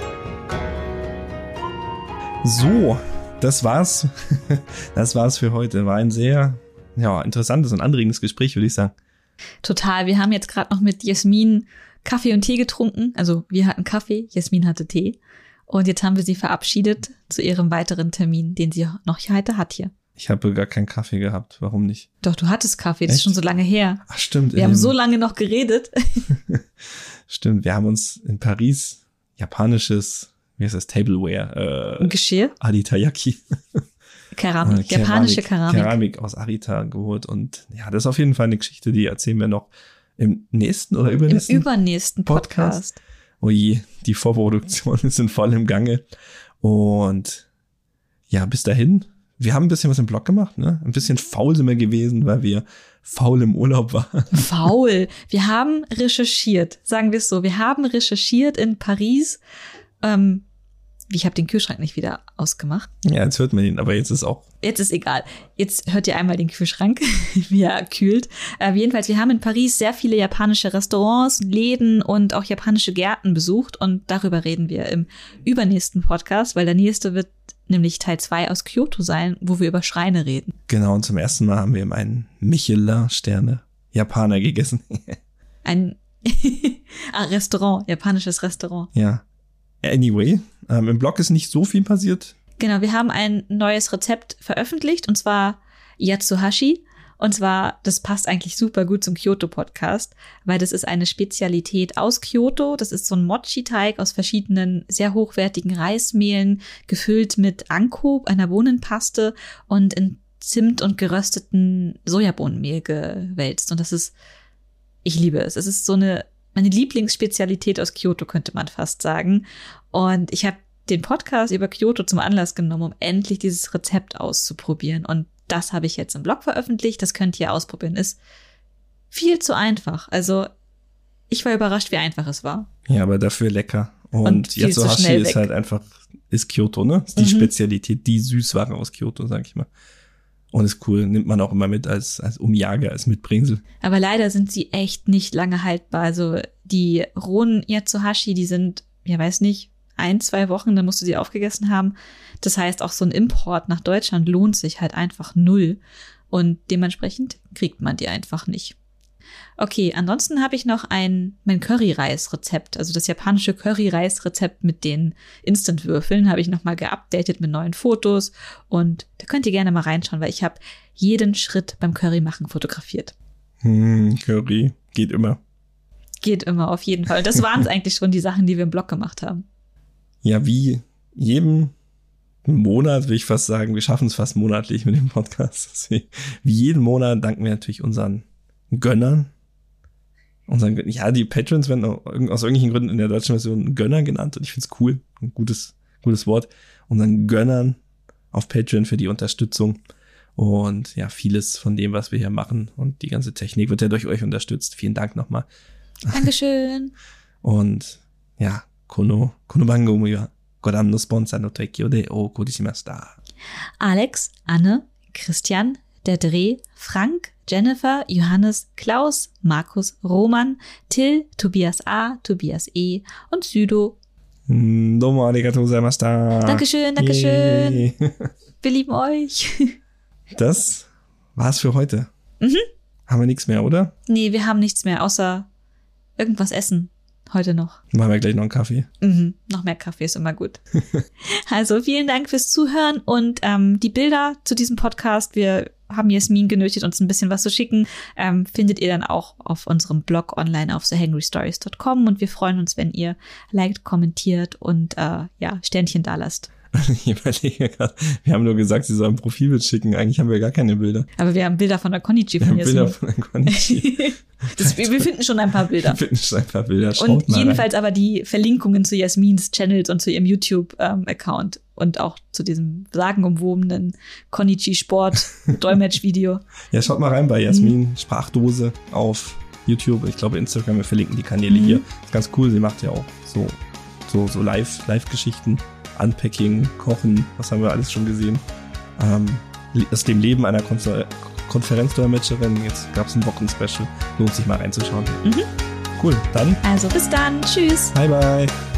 So, das war's. Das war's für heute. War ein sehr interessantes und anregendes Gespräch, würde ich sagen. Total. Wir haben jetzt gerade noch mit Jasmin Kaffee und Tee getrunken. Also wir hatten Kaffee, Jasmin hatte Tee. Und jetzt haben wir sie verabschiedet zu ihrem weiteren Termin, den sie noch heute hat hier. Ich habe gar keinen Kaffee gehabt. Warum nicht? Doch, du hattest Kaffee. Das ist schon so lange her. Ach, stimmt. Wir haben so lange noch geredet. Stimmt. Wir haben uns in Paris japanisches, wie heißt das, Tableware? Geschirr? Aritayaki. Keramik. Japanische Keramik. Keramik aus Arita geholt. Und ja, das ist auf jeden Fall eine Geschichte, die erzählen wir noch im nächsten oder übernächsten? Im übernächsten Podcast. Oh je, die Vorproduktionen sind voll im Gange. Und ja, bis dahin, wir haben ein bisschen was im Blog gemacht, ne? Ein bisschen faul sind wir gewesen, weil wir faul im Urlaub waren. Faul. Wir haben recherchiert, sagen wir es so. Wir haben recherchiert in Paris. Ich habe den Kühlschrank nicht wieder ausgemacht. Ja, jetzt hört man ihn, aber jetzt ist auch. Jetzt ist egal. Jetzt hört ihr einmal den Kühlschrank, wie er kühlt. Jedenfalls, wir haben in Paris sehr viele japanische Restaurants, Läden und auch japanische Gärten besucht. Und darüber reden wir im übernächsten Podcast, weil der nächste wird nämlich Teil 2 aus Kyoto sein, wo wir über Schreine reden. Genau, und zum ersten Mal haben wir einen Michelin-Sterne Japaner gegessen. Ein Restaurant, japanisches Restaurant. Ja. Anyway, im Blog ist nicht so viel passiert. Genau, wir haben ein neues Rezept veröffentlicht, und zwar Yatsuhashi. Und zwar, das passt eigentlich super gut zum Kyoto-Podcast, weil das ist eine Spezialität aus Kyoto. Das ist so ein Mochi-Teig aus verschiedenen sehr hochwertigen Reismehlen, gefüllt mit Anko, einer Bohnenpaste, und in Zimt und gerösteten Sojabohnenmehl gewälzt. Und ich liebe es. Es ist meine Lieblingsspezialität aus Kyoto, könnte man fast sagen. Und ich habe den Podcast über Kyoto zum Anlass genommen, um endlich dieses Rezept auszuprobieren. Und das habe ich jetzt im Blog veröffentlicht. Das könnt ihr ausprobieren. Ist viel zu einfach. Also ich war überrascht, wie einfach es war. Ja, aber dafür lecker. Und Yatsuhashi ist halt einfach, ist Kyoto, ne? Ist die Spezialität, die Süßware aus Kyoto, sag ich mal. Und ist cool, nimmt man auch immer mit als Umjage, als Mitbringsel. Aber leider sind sie echt nicht lange haltbar. Also die rohen Yatsuhashi, die sind, ja weiß nicht, 1-2 Wochen, dann musst du sie aufgegessen haben. Das heißt, auch so ein Import nach Deutschland lohnt sich halt einfach 0. Und dementsprechend kriegt man die einfach nicht. Okay, ansonsten habe ich noch mein Curry-Reis-Rezept. Also das japanische Curry-Reis-Rezept mit den Instant-Würfeln habe ich nochmal geupdatet mit neuen Fotos. Und da könnt ihr gerne mal reinschauen, weil ich habe jeden Schritt beim Curry-Machen fotografiert. Curry, geht immer. Geht immer, auf jeden Fall. Und das waren es eigentlich schon, die Sachen, die wir im Blog gemacht haben. Ja, wie jeden Monat, will ich fast sagen, wir schaffen es fast monatlich mit dem Podcast. Wie jeden Monat danken wir natürlich unseren Gönnern. Ja, die Patrons werden aus irgendwelchen Gründen in der deutschen Version Gönner genannt, und ich finde es cool. Ein gutes Wort. Unseren Gönnern auf Patreon für die Unterstützung. Und ja, vieles von dem, was wir hier machen, und die ganze Technik wird ja durch euch unterstützt. Vielen Dank nochmal. Dankeschön. Und ja, Kono Bangomu wa Goran no Sponsor no Teikyo de ookori shimashita. Alex, Anne, Christian, der Dreh, Frank, Jennifer, Johannes, Klaus, Markus, Roman, Till, Tobias A., Tobias E. und Südo. Domo arigatou gozaimashita. Dankeschön. Yay. Wir lieben euch. Das war's für heute. Haben wir nichts mehr, oder? Nee, wir haben nichts mehr, außer irgendwas essen. Heute noch. Machen wir gleich noch einen Kaffee. Noch mehr Kaffee ist immer gut. Also vielen Dank fürs Zuhören, und die Bilder zu diesem Podcast, wir haben Jasmin genötigt, uns ein bisschen was zu schicken, findet ihr dann auch auf unserem Blog online auf thehangrystories.com, und wir freuen uns, wenn ihr liked, kommentiert und Sternchen da lasst. Ich überlege gerade, wir haben nur gesagt, sie sollen ein Profilbild schicken. Eigentlich haben wir gar keine Bilder. Aber wir haben Bilder von der Konichi von Jasmin. Bilder von der Konichi. Wir finden schon ein paar Bilder. Schaut und mal jedenfalls rein. aber die Verlinkungen zu Jasmins Channels und zu ihrem YouTube-Account und auch zu diesem sagenumwobenen Konichi-Sport-Dolmetsch-Video. Ja, schaut mal rein bei Jasmin Sprachdose auf YouTube. Ich glaube, Instagram, wir verlinken die Kanäle hier. Ist ganz cool. Sie macht ja auch so Live-Geschichten. Unpacking, Kochen, was haben wir alles schon gesehen. Aus dem Leben einer Konferenzdolmetscherin. Jetzt gab es ein Wochenspecial. Lohnt sich mal reinzuschauen. Cool, dann. Also bis dann. Tschüss. Bye, bye.